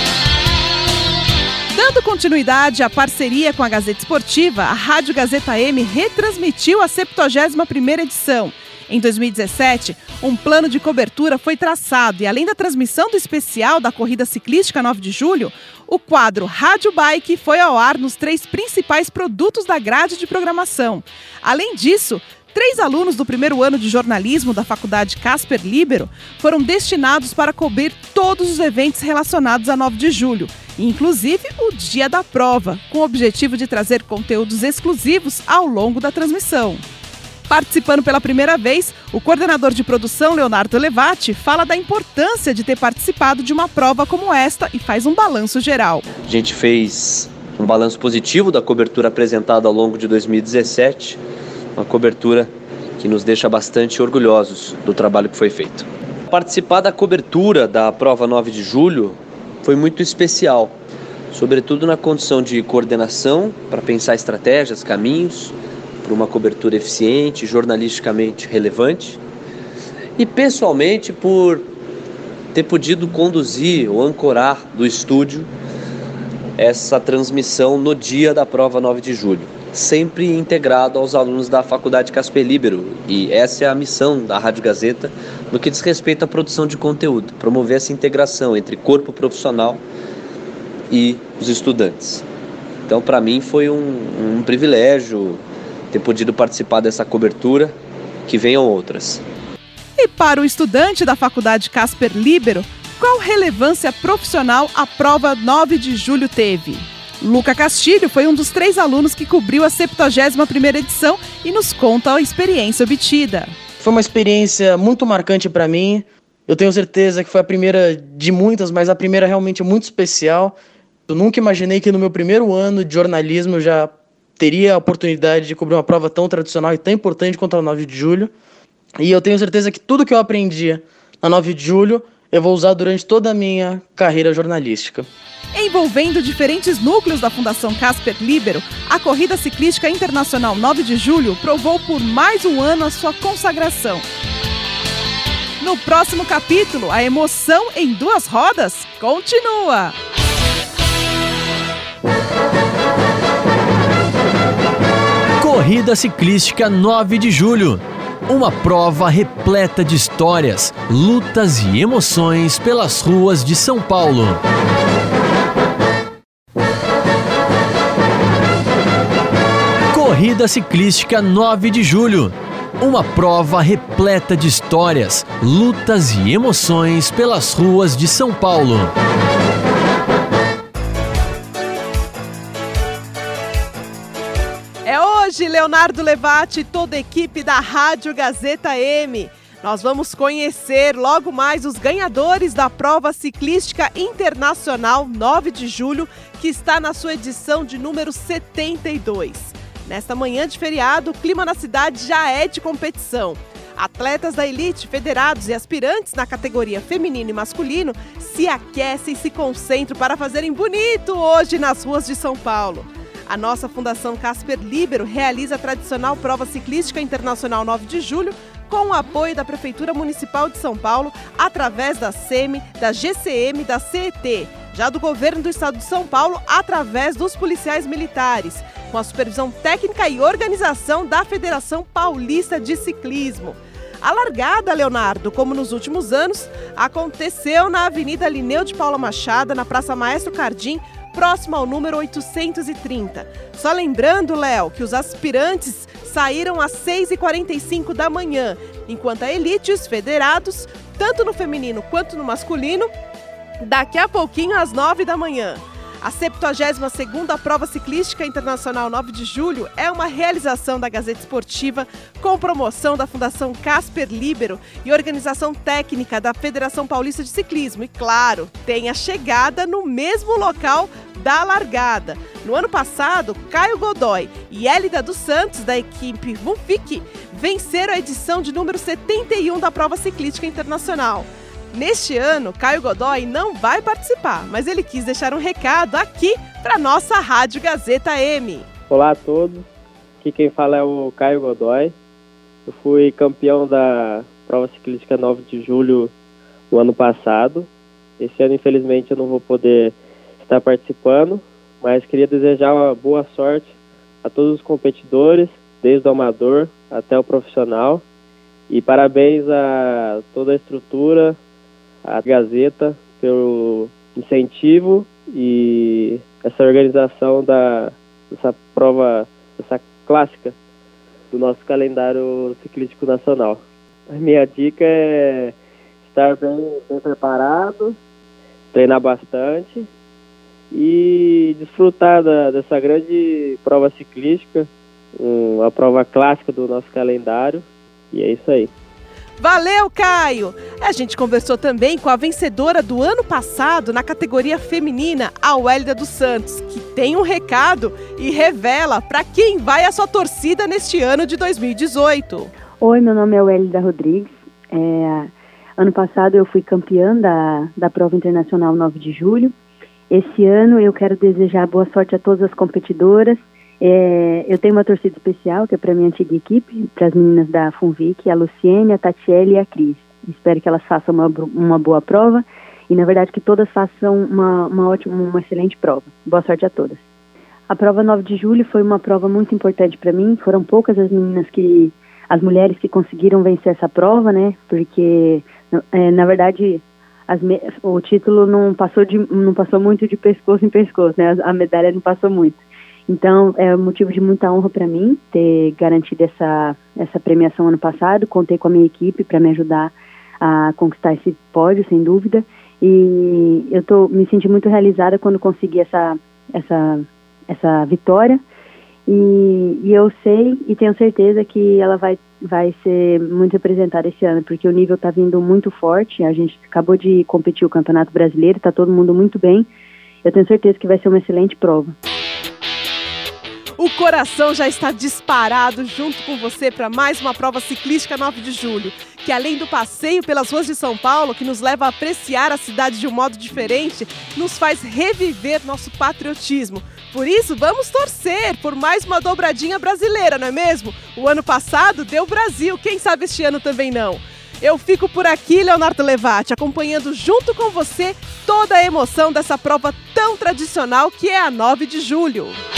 Dando continuidade à parceria com a Gazeta Esportiva, a Rádio Gazeta M retransmitiu a septuagésima primeira edição. Em dois mil e dezessete, um plano de cobertura foi traçado e, além da transmissão do especial da Corrida Ciclística nove de julho, o quadro Rádio Bike foi ao ar nos três principais produtos da grade de programação. Além disso, três alunos do primeiro ano de jornalismo da Faculdade Casper Libero foram destinados para cobrir todos os eventos relacionados a nove de julho, inclusive o dia da prova, com o objetivo de trazer conteúdos exclusivos ao longo da transmissão. Participando pela primeira vez, o coordenador de produção, Leonardo Levati, fala da importância de ter participado de uma prova como esta e faz um balanço geral. A gente fez um balanço positivo da cobertura apresentada ao longo de dois mil e dezessete, uma cobertura que nos deixa bastante orgulhosos do trabalho que foi feito. Participar da cobertura da prova nove de julho foi muito especial, sobretudo na condição de coordenação para pensar estratégias, caminhos, por uma cobertura eficiente, jornalisticamente relevante e pessoalmente por ter podido conduzir ou ancorar do estúdio essa transmissão no dia da prova nove de julho, sempre integrado aos alunos da Faculdade Casper Libero, e essa é a missão da Rádio Gazeta no que diz respeito à produção de conteúdo, promover essa integração entre corpo profissional e os estudantes. Então, para mim foi um, um privilégio ter podido participar dessa cobertura, que venham outras. E para o estudante da Faculdade Casper Libero, Qual relevância profissional a prova nove de julho teve? Luca Castilho foi um dos três alunos que cobriu a septuagésima primeira edição e nos conta a experiência obtida. Foi uma experiência muito marcante para mim. Eu tenho certeza que foi a primeira de muitas, mas a primeira realmente muito especial. Eu nunca imaginei que no meu primeiro ano de jornalismo eu já teria a oportunidade de cobrir uma prova tão tradicional e tão importante quanto a nove de julho. E eu tenho certeza que tudo que eu aprendi na nove de julho eu vou usar durante toda a minha carreira jornalística. Envolvendo diferentes núcleos da Fundação Casper Libero, a Corrida Ciclística Internacional nove de julho provou por mais um ano a sua consagração. No próximo capítulo, a emoção em duas rodas continua! Corrida Ciclística nove de julho. Uma prova repleta de histórias, lutas e emoções pelas ruas de São Paulo. Corrida Ciclística nove de julho. Uma prova repleta de histórias, lutas e emoções pelas ruas de São Paulo. É hoje, Leonardo Levati e toda a equipe da Rádio Gazeta M. Nós vamos conhecer logo mais os ganhadores da Prova Ciclística Internacional nove de julho, que está na sua edição de número setenta e dois. Nesta manhã de feriado, o clima na cidade já é de competição. Atletas da elite, federados e aspirantes na categoria feminino e masculino se aquecem e se concentram para fazerem bonito hoje nas ruas de São Paulo. A nossa Fundação Casper Libero realiza a tradicional Prova Ciclística Internacional nove de julho com o apoio da Prefeitura Municipal de São Paulo, através da S E M, da G C M e da C E T, já do Governo do Estado de São Paulo, através dos policiais militares, com a supervisão técnica e organização da Federação Paulista de Ciclismo. A largada, Leonardo, como nos últimos anos, aconteceu na Avenida Linneu de Paula Machado, na Praça Maestro Cardim, próximo ao número oitocentos e trinta. Só lembrando, Léo, que os aspirantes saíram às seis e quarenta e cinco da manhã, enquanto a elite e os federados, tanto no feminino quanto no masculino, daqui a pouquinho às nove da manhã. A septuagésima segunda Prova Ciclística Internacional nove de julho é uma realização da Gazeta Esportiva com promoção da Fundação Casper Libero e organização técnica da Federação Paulista de Ciclismo. E, claro, tem a chegada no mesmo local da largada. No ano passado, Caio Godoy e Hélida dos Santos, da equipe Vunfic, venceram a edição de número setenta e um da Prova Ciclística Internacional. Neste ano, Caio Godoy não vai participar, mas ele quis deixar um recado aqui para a nossa Rádio Gazeta M. Olá a todos, aqui quem fala é o Caio Godoy. Eu fui campeão da Prova Ciclística nove de julho no ano passado. Esse ano, infelizmente, eu não vou poder estar participando, mas queria desejar uma boa sorte a todos os competidores, desde o amador até o profissional. E parabéns a toda a estrutura, a Gazeta, pelo incentivo e essa organização da, dessa prova, dessa clássica do nosso calendário ciclístico nacional. A minha dica é estar bem, bem preparado, treinar bastante e desfrutar da, dessa grande prova ciclística, um, a prova clássica do nosso calendário, e é isso aí. Valeu, Caio! A gente conversou também com a vencedora do ano passado na categoria feminina, a Hélida dos Santos, que tem um recado e revela para quem vai a sua torcida neste ano de dois mil e dezoito. Oi, meu nome é Hélida Rodrigues. É, ano passado eu fui campeã da, da Prova Internacional nove de julho. Esse ano eu quero desejar boa sorte a todas as competidoras. É, eu tenho uma torcida especial, que é para minha antiga equipe, para as meninas da Funvic, a Luciene, a Tatiele e a Cris. Espero que elas façam uma, uma boa prova e, na verdade, que todas façam uma, uma ótima, uma excelente prova. Boa sorte a todas. A prova nove de julho foi uma prova muito importante para mim. Foram poucas as meninas que, as mulheres que conseguiram vencer essa prova, né? Porque, é, na verdade, as me, o título não passou, de, não passou muito de pescoço em pescoço, né? A, a medalha não passou muito. Então, é um motivo de muita honra para mim ter garantido essa, essa premiação ano passado. Contei com a minha equipe para me ajudar a conquistar esse pódio, sem dúvida. E eu tô, me senti muito realizada quando consegui essa, essa, essa vitória. E, e eu sei e tenho certeza que ela vai, vai ser muito representada esse ano, porque o nível está vindo muito forte. A gente acabou de competir o Campeonato Brasileiro, está todo mundo muito bem. Eu tenho certeza que vai ser uma excelente prova. O coração já está disparado junto com você para mais uma prova ciclística nove de julho, que além do passeio pelas ruas de São Paulo, que nos leva a apreciar a cidade de um modo diferente, nos faz reviver nosso patriotismo. Por isso, vamos torcer por mais uma dobradinha brasileira, não é mesmo? O ano passado deu Brasil, quem sabe este ano também não. Eu fico por aqui, Leonardo Levati, acompanhando junto com você toda a emoção dessa prova tão tradicional que é a nove de julho.